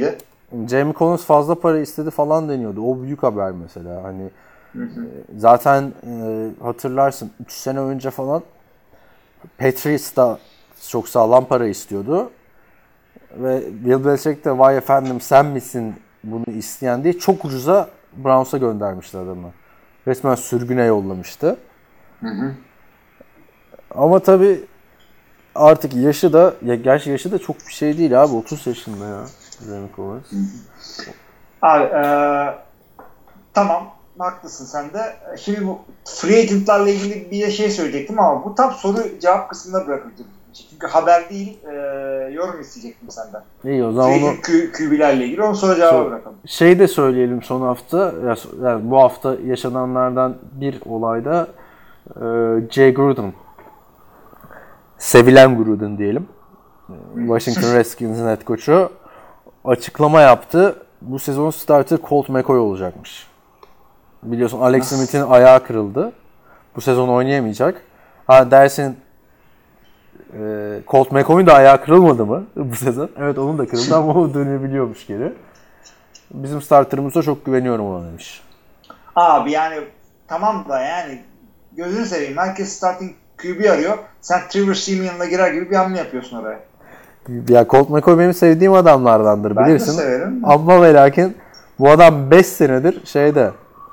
Jamie Collins fazla para istedi falan deniyordu. O büyük haber mesela. Hani hı hı. Zaten e, hatırlarsın üç sene önce falan Patriots da çok sağlam para istiyordu. Ve Bill Belichick de vay efendim sen misin bunu isteyen diye çok ucuza Browns'a göndermişti adamı. Resmen sürgüne yollamıştı. Hı hı. Ama tabii artık yaşı da, ya gerçi yaşı da çok bir şey değil abi. otuz yaşında ya. Jamie Collins. Abi e, tamam haklısın sen de. Şimdi bu free agent'larla ilgili bir şey söyleyecektim ama bu tam soru cevap kısmına bırakacağım. Çünkü haber değil, e, yorum isteyecektim senden. İyi o zaman free onu... Q B'lerle ilgili onu sonra cevaba so, bırakalım. Şey de söyleyelim son hafta, yani bu hafta yaşananlardan bir olayda e, Jay Gruden, sevilen Gruden diyelim, Washington Redskins'in head coach'u açıklama yaptı. Bu sezon starter Colt McCoy olacakmış. Biliyorsun Alex Smith'in ayağı kırıldı. Bu sezon oynayamayacak. Ha dersin e, Colt McCoy'un da ayağı kırılmadı mı bu sezon? Evet onun da kırıldı ama o dönebiliyormuş geri. Bizim starterımıza çok güveniyorum ona demiş. Abi yani tamam da yani gözünü seveyim. Herkes starting Q B arıyor. Sen Trevor Siemian'la girer gibi bir hamle yapıyorsun oraya. Ya Colt McCoy benim sevdiğim adamlardandır ben bilirsin. Ben de severim. Ama ve lakin bu adam beş senedir şeyde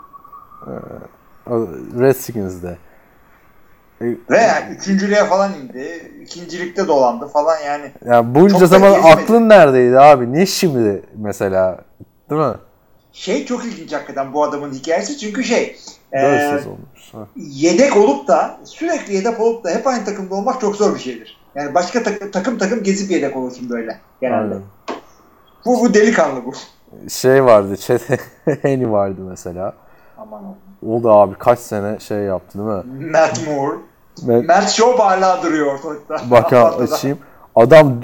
Redskins'de. Ve yani üçüncülüğe falan indi. İkincilikte dolandı falan yani. Ya bunca zaman aklın neredeydi abi? Niye şimdi mesela? Değil mi? Şey çok ilginç hakikaten bu adamın hikayesi. Çünkü şey dört e, olmuş. Yedek olup da sürekli yedek olup da hep aynı takımda olmak çok zor bir şeydir. Yani başka tak- takım takım gezip yedek olursun böyle genelde. Aynen. Bu, bu delikanlı bu. Şey vardı. Chet Henry vardı mesela. Aman Allah'ım. O da abi kaç sene şey yaptı değil mi? Matt Moore. Matt, Matt Schaub hala duruyor ortalıkta. Bakalım açayım. Adam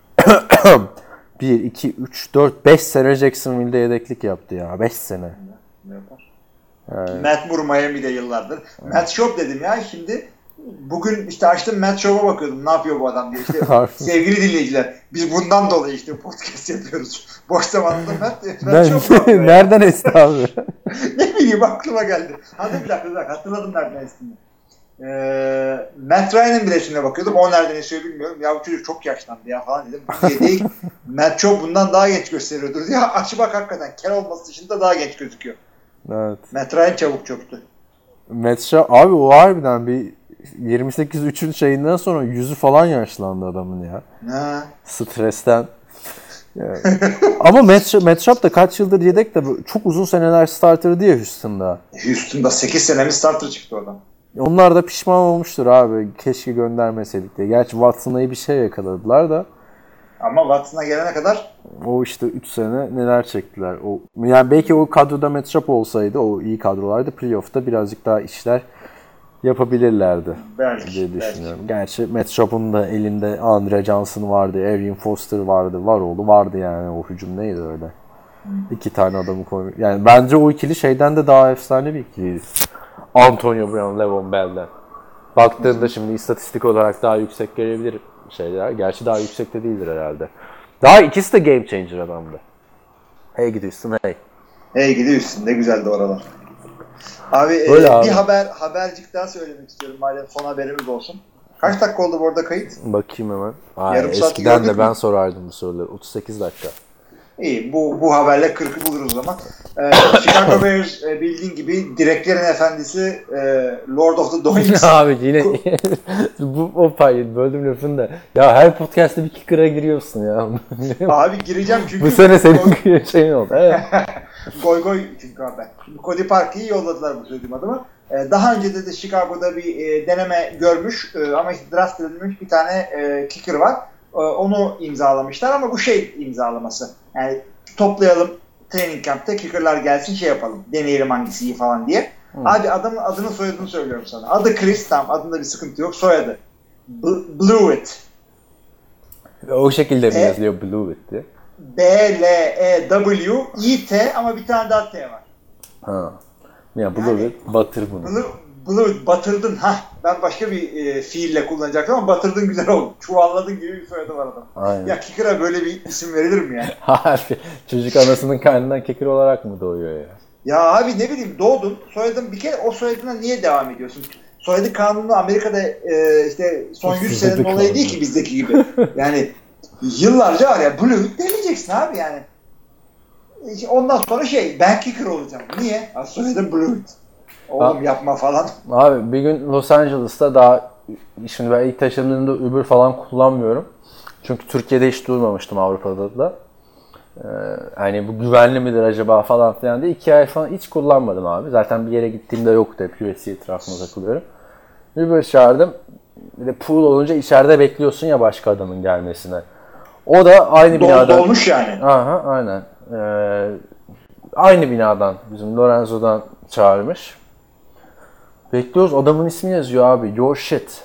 bir, iki, üç, dört, beş sene Jacksonville'de yedeklik yaptı ya. beş sene. Ne yapar? Yani. Matt Moore Miami'de yıllardır. Evet. Matt Schaub dedim ya şimdi bugün işte açtım Matt Schaub'a bakıyordum ne yapıyor bu adam diye. İşte sevgili dinleyiciler biz bundan dolayı işte podcast yapıyoruz. Boş zamanında Matt, Matt Schaub nereden esti abi? Ne bileyim aklıma geldi. Hadi bir dakika, bir dakika hatırladım nereden estiğini. Ee, Matt Ryan'ın bileşimine bakıyordum. O nereden esiyor bilmiyorum. Ya bu çocuk çok yaşlandı ya falan dedim. Yedeği Matt Schaub bundan daha genç gösteriyordur diye. Açı bak hakikaten kel olması dışında daha genç gözüküyor. Evet. Matt Ryan çabuk çöktü. Matt Schaub abi o harbiden bir yirmi sekiz üçün şeyinden sonra yüzü falan yaşlandı adamın ya. Ha. Stresten. Yani. Ama Matt, Matt Schaub da kaç yıldır yedek de çok uzun seneler starter'dı ya Houston'da. Houston'da sekiz sene mi starter çıktı oradan. Onlar da pişman olmuştur abi. Keşke göndermeseydik diye. Gerçi Watson'a iyi bir şey yakaladılar da. Ama Watson'a gelene kadar o işte üç sene neler çektiler. O yani belki o kadroda Matt Schaub olsaydı, o iyi kadrolarda playoff'ta birazcık daha işler yapabilirlerdi belki, diye düşünüyorum. Belki. Gerçi Matt Schaub'un da elinde Andre Johnson vardı, Arian Foster vardı, Varoğlu vardı yani o hücum neydi öyle. Hmm. İki tane adamı koymuş. Yani bence o ikili şeyden de daha efsane bir ikiliydi. Antonio Brown, Le'Veon Bell'den. Baktığında şimdi istatistik olarak daha yüksek gelebilir şeyler. Gerçi daha yüksekte değildir herhalde. Daha ikisi de game changer adamdı. Hey gidiyorsun hey. Hey gidiyorsun ne güzeldi oralar. Abi, e, abi bir haber habercik daha söylemek istiyorum madem son haberimiz olsun. Kaç dakika oldu bu arada kayıt? Bakayım hemen. Ay, eskiden de ben sorardım bu soruları. otuz sekiz dakika. İyi bu bu haberle kırkı buluruz o zaman. Ee, Chicago Bears e, bildiğin gibi direklerin efendisi e, Lord of the Doings. Abi yine bu o pay böldüm lafını da. Ya her podcast'te bir kicker'a giriyorsun ya. Abi gireceğim çünkü. Bu sene senin şeyin oldu. Evet. goy goy çünkü abi. Şimdi Cody Parkey'i yolladılar bu söylediğim adamı. Ee, daha önce de, de Chicago'da bir e, deneme görmüş e, ama işte draft edilmiş bir tane e, kicker var. E, onu imzalamışlar ama bu şey imzalaması. Yani toplayalım training camp'te kicker'lar gelsin şey yapalım. Deneyelim hangisi iyi falan diye. Hmm. Abi adamın adını soyadını söylüyorum sana. Adı Chris, tam adında bir sıkıntı yok. Soyadı B- Blewett. O şekilde mi e, yazılıyor Blewett diye? B L E W I T ama bir tane daha T var. Ha. Ya Blewett yani, batır bunu. Blewett batırdın. Ha, ben başka bir e, fiille kullanacaktım ama batırdın güzel oldu. Çuvalladın gibi bir soyadı var adam. Aynen. Ya kicker'a böyle bir isim verilir mi ya? Abi çocuk anasının karnından kicker olarak mı doğuyor ya? Ya abi ne bileyim doğdun. Soyadın bir kere o soyadına niye devam ediyorsun? Soyadı kanunu Amerika'da e, işte son yüz senenin olayı değil ki bizdeki gibi. Yani yıllarca var ya Blewett demeyeceksin abi yani. Ondan sonra şey ben kicker olacağım. Niye? Ha, soyadım Blewett. Oğlum ha, yapma falan. Abi bir gün Los Angeles'ta daha şimdi ben ilk taşındığımda Uber falan kullanmıyorum. Çünkü Türkiye'de hiç durmamıştım Avrupa'da da. Ee, hani bu güvenli midir acaba falan filan diye iki ay falan hiç kullanmadım abi. Zaten bir yere gittiğimde yoktu hep U S C etrafında takılıyorum. Uber çağırdım. Bir de pool olunca içeride bekliyorsun ya başka adamın gelmesine. O da aynı Dol, binadan. Dolmuş yani. Aha aynen. Ee, aynı binadan bizim Lorenzo'dan çağırmış. Bekliyoruz adamın ismi yazıyor abi. Your shit.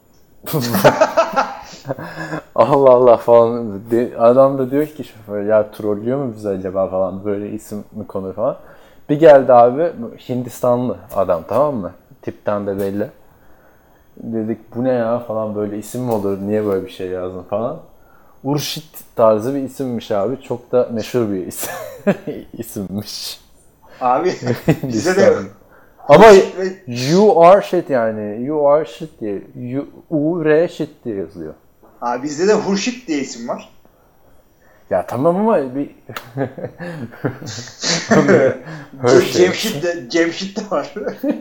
Allah Allah falan. Adam da diyor ki şoför ya trollüyor mu bizi acaba falan böyle isim mi konu falan. Bir geldi abi Hindistanlı adam tamam mı? Tipten de belli. Dedik bu ne ya falan böyle isim mi olur niye böyle bir şey yazdın falan. Urşit tarzı bir isimmiş abi. Çok da meşhur bir isim. isimmiş. Abi bize de ama you are shit yani. You are shit diye. You, U R shit diye yazılıyor. Abi bizde de Hurşit diye isim var. Ya tamam ama bir Cemşit de Cemşit de var.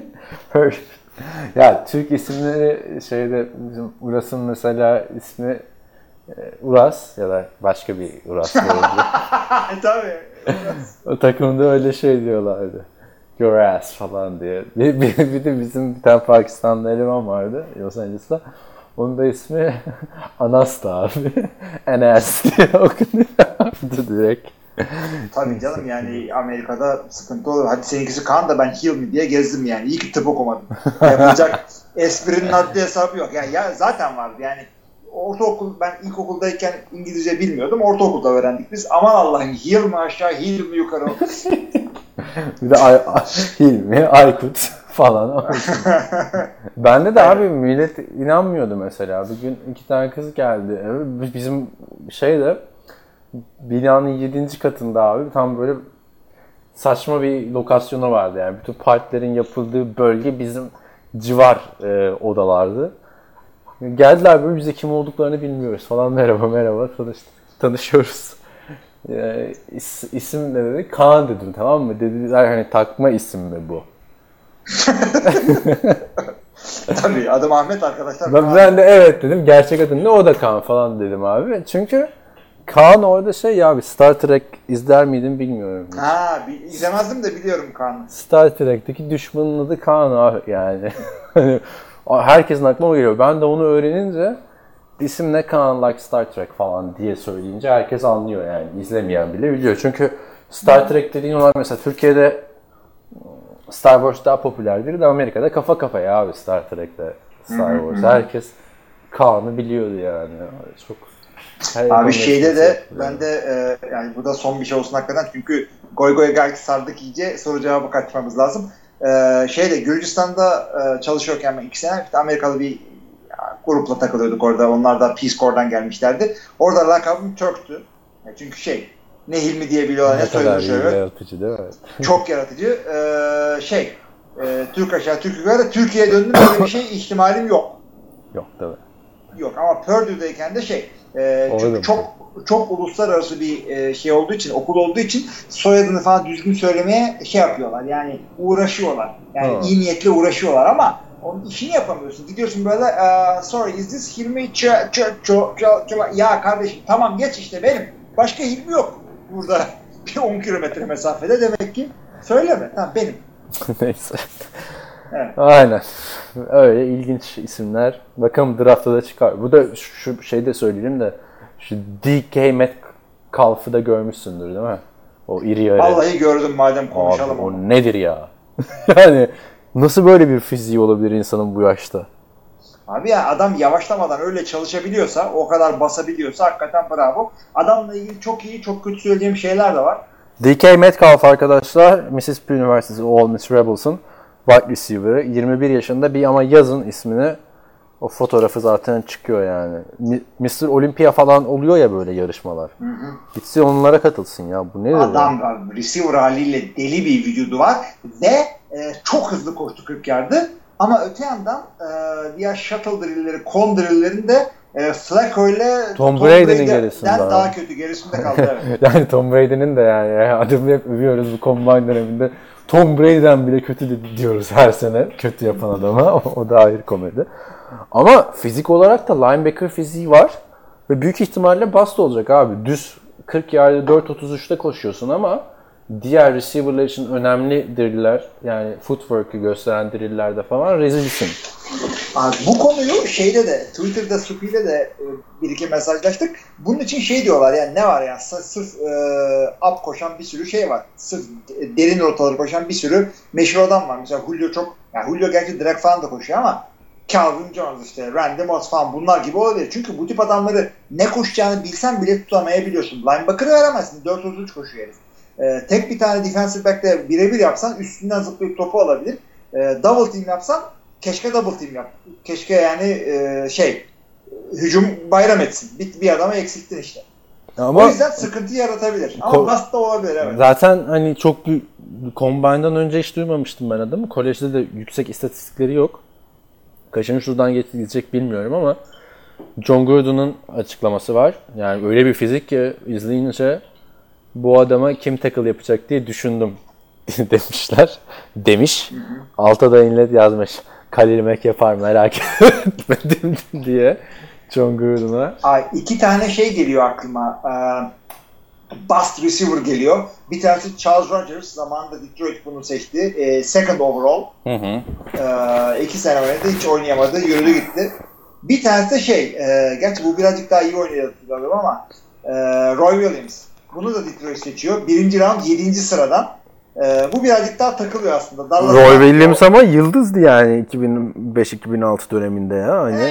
Ya Türk isimleri şeyde bizim Uras'ın mesela ismi Uras ya da başka bir Uras Tabii. O takımda öyle şey diyorlardı. Your ass falan diye. Bir, bir, bir de bizim bir tane Pakistanlı eleman vardı Los Angeles'ta. Onun da ismi Anasta abi. Anas diye okunuyor direkt. Tabii canım yani Amerika'da sıkıntı olur. Hadi seninkisi Kaan da ben Hilmi diye gezdim yani. İyi ki tıp okumadım. Yapılacak esprinin haddi hesabı yok. Yani ya zaten vardı yani. Ortaokul, ben ilkokuldayken İngilizce bilmiyordum. Ortaokulda öğrendik biz. Aman Allah'ım Hilmi aşağı, Hilmi yukarı. Bir de Ay- Ay- Hilmi, Aykut falan. Bende de abi millet inanmıyordu mesela. Bir gün iki tane kız geldi. Bizim şeyde binanın yedinci katında abi tam böyle saçma bir lokasyonu vardı yani. Bütün partilerin yapıldığı bölge bizim civar e, odalardı. Geldiler böyle bize kim olduklarını bilmiyoruz falan merhaba merhaba tanıştık, tanışıyoruz. E, is, isim ne dedi? Kaan dedim tamam mı? Dediler hani takma isim mi bu? Tabii adım Ahmet arkadaşlar. Ben, ben de evet dedim. Gerçek adın ne? O da Kaan falan dedim abi. Çünkü Kaan orada şey ya abi Star Trek izler miydin bilmiyorum. Ha izlemezdim de biliyorum Kaan'ı. Star Trek'teki düşmanın adı Kaan abi yani. Herkesin aklına geliyor. Ben de onu öğrenince isim ne Kaan like Star Trek falan diye söyleyince herkes anlıyor yani. İzlemeyen bile biliyor. Çünkü Star Trek dediğin olan mesela Türkiye'de Star Wars daha popülerdir de Amerika'da kafa kafaya abi Star Trek'te Star Wars. Herkes Kaan'ı biliyordu yani. Çok abi şeyde de ben de e, yani bu da son bir şey olsun hakikaten çünkü goy goy belki sardık iyice soru cevabı kaçmamız lazım. E, şeyde Gürcistan'da e, çalışıyorken ben iki sene işte Amerikalı bir ya, grupla takılıyorduk orada. Onlar da Peace Corps'dan gelmişlerdi. Orada lakabım Türk'tü. Yani çünkü şey ne Hilmi diye biliyorlar ne soyunu söylüyor. Yaratıcı değil mi? Çok yaratıcı. E, şey e, Türk aşağı Türk yukarı Türkiye'ye döndüm böyle bir şey ihtimalim yok. Yok tabii. Yok ama Purdue'dayken de şey e, çünkü çok çok uluslararası bir e, şey olduğu için okul olduğu için soyadını falan düzgün söylemeye şey yapıyorlar yani uğraşıyorlar yani ha. iyi niyetle uğraşıyorlar ama onun işini yapamıyorsun gidiyorsun böyle uh, sorry is this Hilmi ç ç ç ç ya kardeşim tamam geç işte benim başka Hilmi yok burada bir on kilometre mesafede demek ki söyleme tamam benim. Neyse. Evet. Aynen. Öyle ilginç isimler. Bakalım draftta da çıkar. Bu da şu şeyde söyleyelim de şu D K Metcalf'ı da görmüşsündür değil mi? O iri yarı. Vallahi gördüm madem konuşalım. Abi, o nedir ya? Yani nasıl böyle bir fiziği olabilir insanın bu yaşta? Abi ya adam yavaşlamadan öyle çalışabiliyorsa, o kadar basabiliyorsa hakikaten bravo. Adamla ilgili çok iyi, çok kötü söyleyeceğim şeyler de var. D K Metcalf arkadaşlar, Mississippi Üniversitesi Ole Miss Rebels'ın wide receiver'ı. yirmi bir yaşında bir ama yazın ismini. O fotoğrafı zaten çıkıyor yani. mister Olympia falan oluyor ya böyle yarışmalar. Hı hı. Gitsin onlara katılsın ya. Bu nedir? Adam ya? Receiver haliyle deli bir vücudu var ve e, çok hızlı koştu kırk yardı. Ama öte yandan e, diğer shuttle drill'leri, con drill'lerinde e, Flacco ile Tom, Tom Brady'nin gerisinde daha kötü gerisinde kaldı. Evet. Yani Tom Brady'nin de yani adımı hep övüyoruz bu combine döneminde. Tom Brady'den bile kötü diyoruz her sene. Kötü yapan adama. O, o da ayrı komedi. Ama fizik olarak da linebacker fiziği var. Ve büyük ihtimalle bust olacak abi. Düz kırk yardı dört otuz üçte koşuyorsun ama diğer receiver'lar için önemli driller, yani footwork'ı gösteren drillerde falan rezilsin. Abi bu konuyu şeyde de, Twitter'da Supi'yle de bir iki mesajlaştık. Bunun için şey diyorlar yani, ne var ya, sırf e, up koşan bir sürü şey var. Sırf derin rotaları koşan bir sürü meşhur adam var. Mesela Julio çok, yani Julio gerçi direkt falan da koşuyor ama Calvin Jones işte, Randy Moss falan bunlar gibi olabilir. Çünkü bu tip adamları ne koşacağını bilsen bile tutamayabiliyorsun. Linebacker'ı veremezsin. dört otuz üç koşuyor herif. Ee, tek bir tane defensive back'le birebir yapsan üstünden zıplayıp topu alabilir. Ee, double team yapsan keşke double team yap. Keşke yani e, şey hücum bayram etsin. Bir, bir adama eksilttin işte. Ama o yüzden sıkıntı yaratabilir. Ama ko- bast da olabilir. Evet. Zaten hani çok combine'dan önce hiç duymamıştım ben adamı. Kolejde de yüksek istatistikleri yok. Kaçını şuradan getirecek bilmiyorum ama John Gruden'ın açıklaması var. Yani öyle bir fizik ki izleyince bu adama kim tackle yapacak diye düşündüm demişler. Demiş. Hı hı. Alta da inlet yazmış. Khalil Mack yapar merak etmedim diye John Gruden'a. Ay, iki tane şey geliyor aklıma. Ee, bust receiver geliyor. Bir tanesi Charles Rogers. Zamanında Detroit bunu seçti. Ee, second overall. Hı hı. Ee, iki sene oynadı. Hiç oynayamadı. Yürüdü gitti. Bir tanesi de şey. E, gerçi bu birazcık daha iyi oynadı ama e, Roy Williams. Bunu da Detroit seçiyor. Birinci round yedinci sıradan. Ee, bu birazcık daha takılıyor aslında. Dallas Roy Williams ama yıldızdı yani iki bin beş iki bin altı döneminde ya. Hani.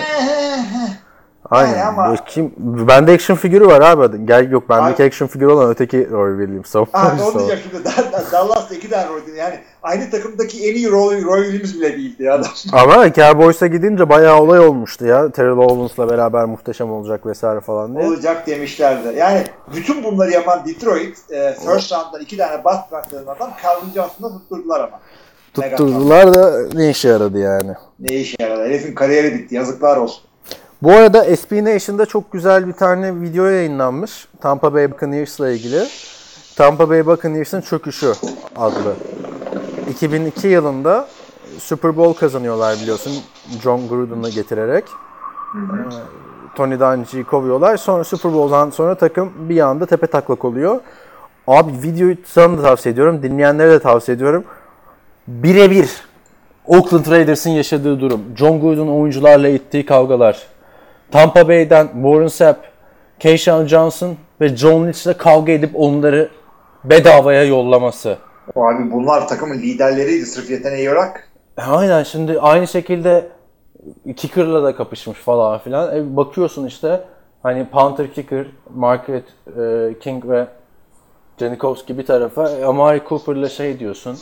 Aynen. Yani ama... Kim? Bende action figürü var abi. Gel yok bendeki abi... action figürü olan öteki Roy Williams. Abi onu diyeceğim şimdi. Dallas'ta iki tane Roy yani aynı takımdaki en iyi Roy, Roy Williams bile değildi ya adam. Ama Cowboys'a gidince bayağı olay olmuştu ya. Terrell Owens'la beraber muhteşem olacak vesaire falan diye. Olacak demişlerdi. Yani bütün bunları yapan Detroit e, first round'dan iki tane bust bıraktığın adam Calvin Johnson'da tutturdular ama. Tutturdular da ne işe yaradı yani? Ne işe yaradı? Herifin kariyeri bitti. Yazıklar olsun. Bu arada S B Nation'da çok güzel bir tane video yayınlanmış. Tampa Bay Buccaneers'la ilgili. Tampa Bay Buccaneers'ın çöküşü adlı. iki bin iki yılında Super Bowl kazanıyorlar biliyorsun. John Gruden'ı getirerek. Hı hı. Tony Dungy'yi kovuyorlar. Sonra Super Bowl'dan sonra takım bir anda tepe taklak oluyor. Abi videoyu sana da tavsiye ediyorum. Dinleyenlere de tavsiye ediyorum. Birebir Oakland Raiders'ın yaşadığı durum. John Gruden oyuncularla ettiği kavgalar. Tampa Bay'den Warren Sapp, Keyshawn Johnson ve John Lynch'le kavga edip onları bedavaya yollaması. Abi bunlar takımın liderleriydi sırf yeteneği olarak. Aynen, şimdi aynı şekilde kicker'la da kapışmış falan filan. E, bakıyorsun işte hani punter kicker, Margaret e, King ve Janikowski bir tarafa, Amari Cooper'la şey diyorsun,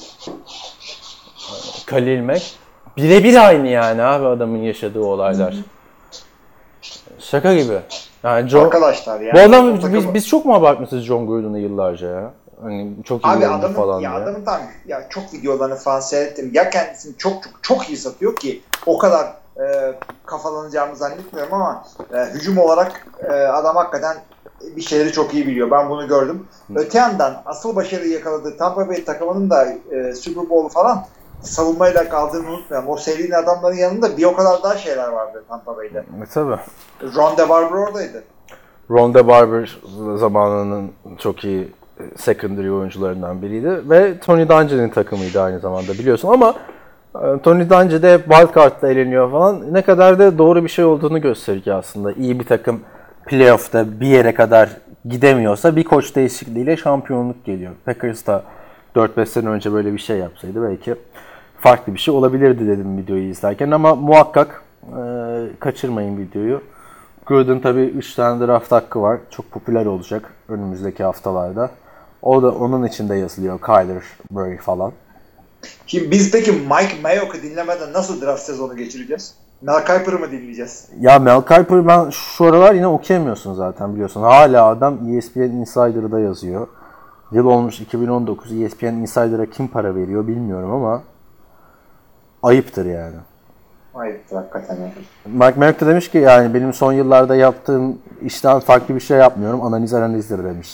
Khalil Mack. Birebir aynı yani abi adamın yaşadığı olaylar. Hı-hı. Şaka gibi. Yani John, arkadaşlar yani. Bu adam biz, takımı... biz çok mu abartmışız John Gruden'ı yıllarca ya? Hani çok iyi abi adamın, falan ya diye. Adamın tam ya çok videolarını falan seyrettim. Ya kendisini çok çok çok iyi satıyor ki o kadar e, kafalanacağımı zannetmiyorum ama e, hücum olarak e, adam hakikaten bir şeyleri çok iyi biliyor. Ben bunu gördüm. Hı. Öte yandan asıl başarıyı yakaladığı Tampa Bay takımının da e, Super Bowl'u falan savunmayla kaldığını unutmayalım. O serinin adamların yanında bir o kadar daha şeyler vardı Tampa Bay'de. E, tabii. Ron DeBarber oradaydı. Ron DeBarber zamanının çok iyi secondary oyuncularından biriydi ve Tony Dungy'nin takımıydı aynı zamanda biliyorsun ama Tony Dungy de wildcard'da eleniyor falan. Ne kadar da doğru bir şey olduğunu gösteriyor aslında. İyi bir takım playoff'ta bir yere kadar gidemiyorsa bir koç değişikliğiyle şampiyonluk geliyor. Packers da dört beş sene önce böyle bir şey yapsaydı belki farklı bir şey olabilirdi dedim videoyu izlerken ama muhakkak e, kaçırmayın videoyu. Gruden tabii üç tane draft hakkı var. Çok popüler olacak önümüzdeki haftalarda. O da onun içinde yazılıyor. Kyler Murray falan. Şimdi biz peki Mike Mayock'u dinlemeden nasıl draft sezonu geçireceğiz? Mel Kiper'ı mı dinleyeceğiz? Ya Mel Kiper ben şu aralar yine okuyamıyorsun zaten biliyorsun. Hala adam E S P N Insider'da yazıyor. Yıl olmuş iki bin on dokuz. E S P N Insider'a kim para veriyor bilmiyorum ama ayıptır yani. Ayıptır hakikaten. Mike Mayock da demiş ki yani benim son yıllarda yaptığım işten farklı bir şey yapmıyorum. Analiz analizdir demiş.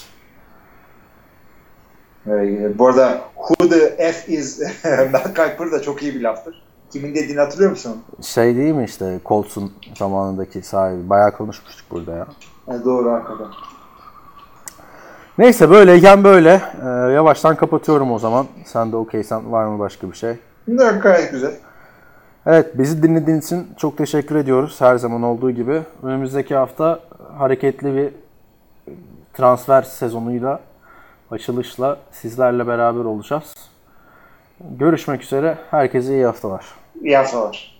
Evet, bu arada who the F is Mel Kiper da çok iyi bir laftır. Kimin dediğini hatırlıyor musun? Şey değil mi işte Colts'un zamanındaki sahibi. Bayağı konuşmuştuk burada ya. Yani doğru hakikaten. Neyse böyleyken böyle. Ee, yavaştan kapatıyorum o zaman. Sen de okeysen var mı başka bir şey? Evet, gayet güzel. Evet bizi dinlediğiniz için çok teşekkür ediyoruz. Her zaman olduğu gibi. Önümüzdeki hafta hareketli bir transfer sezonuyla, açılışla sizlerle beraber olacağız. Görüşmek üzere. Herkese iyi haftalar. İyi haftalar.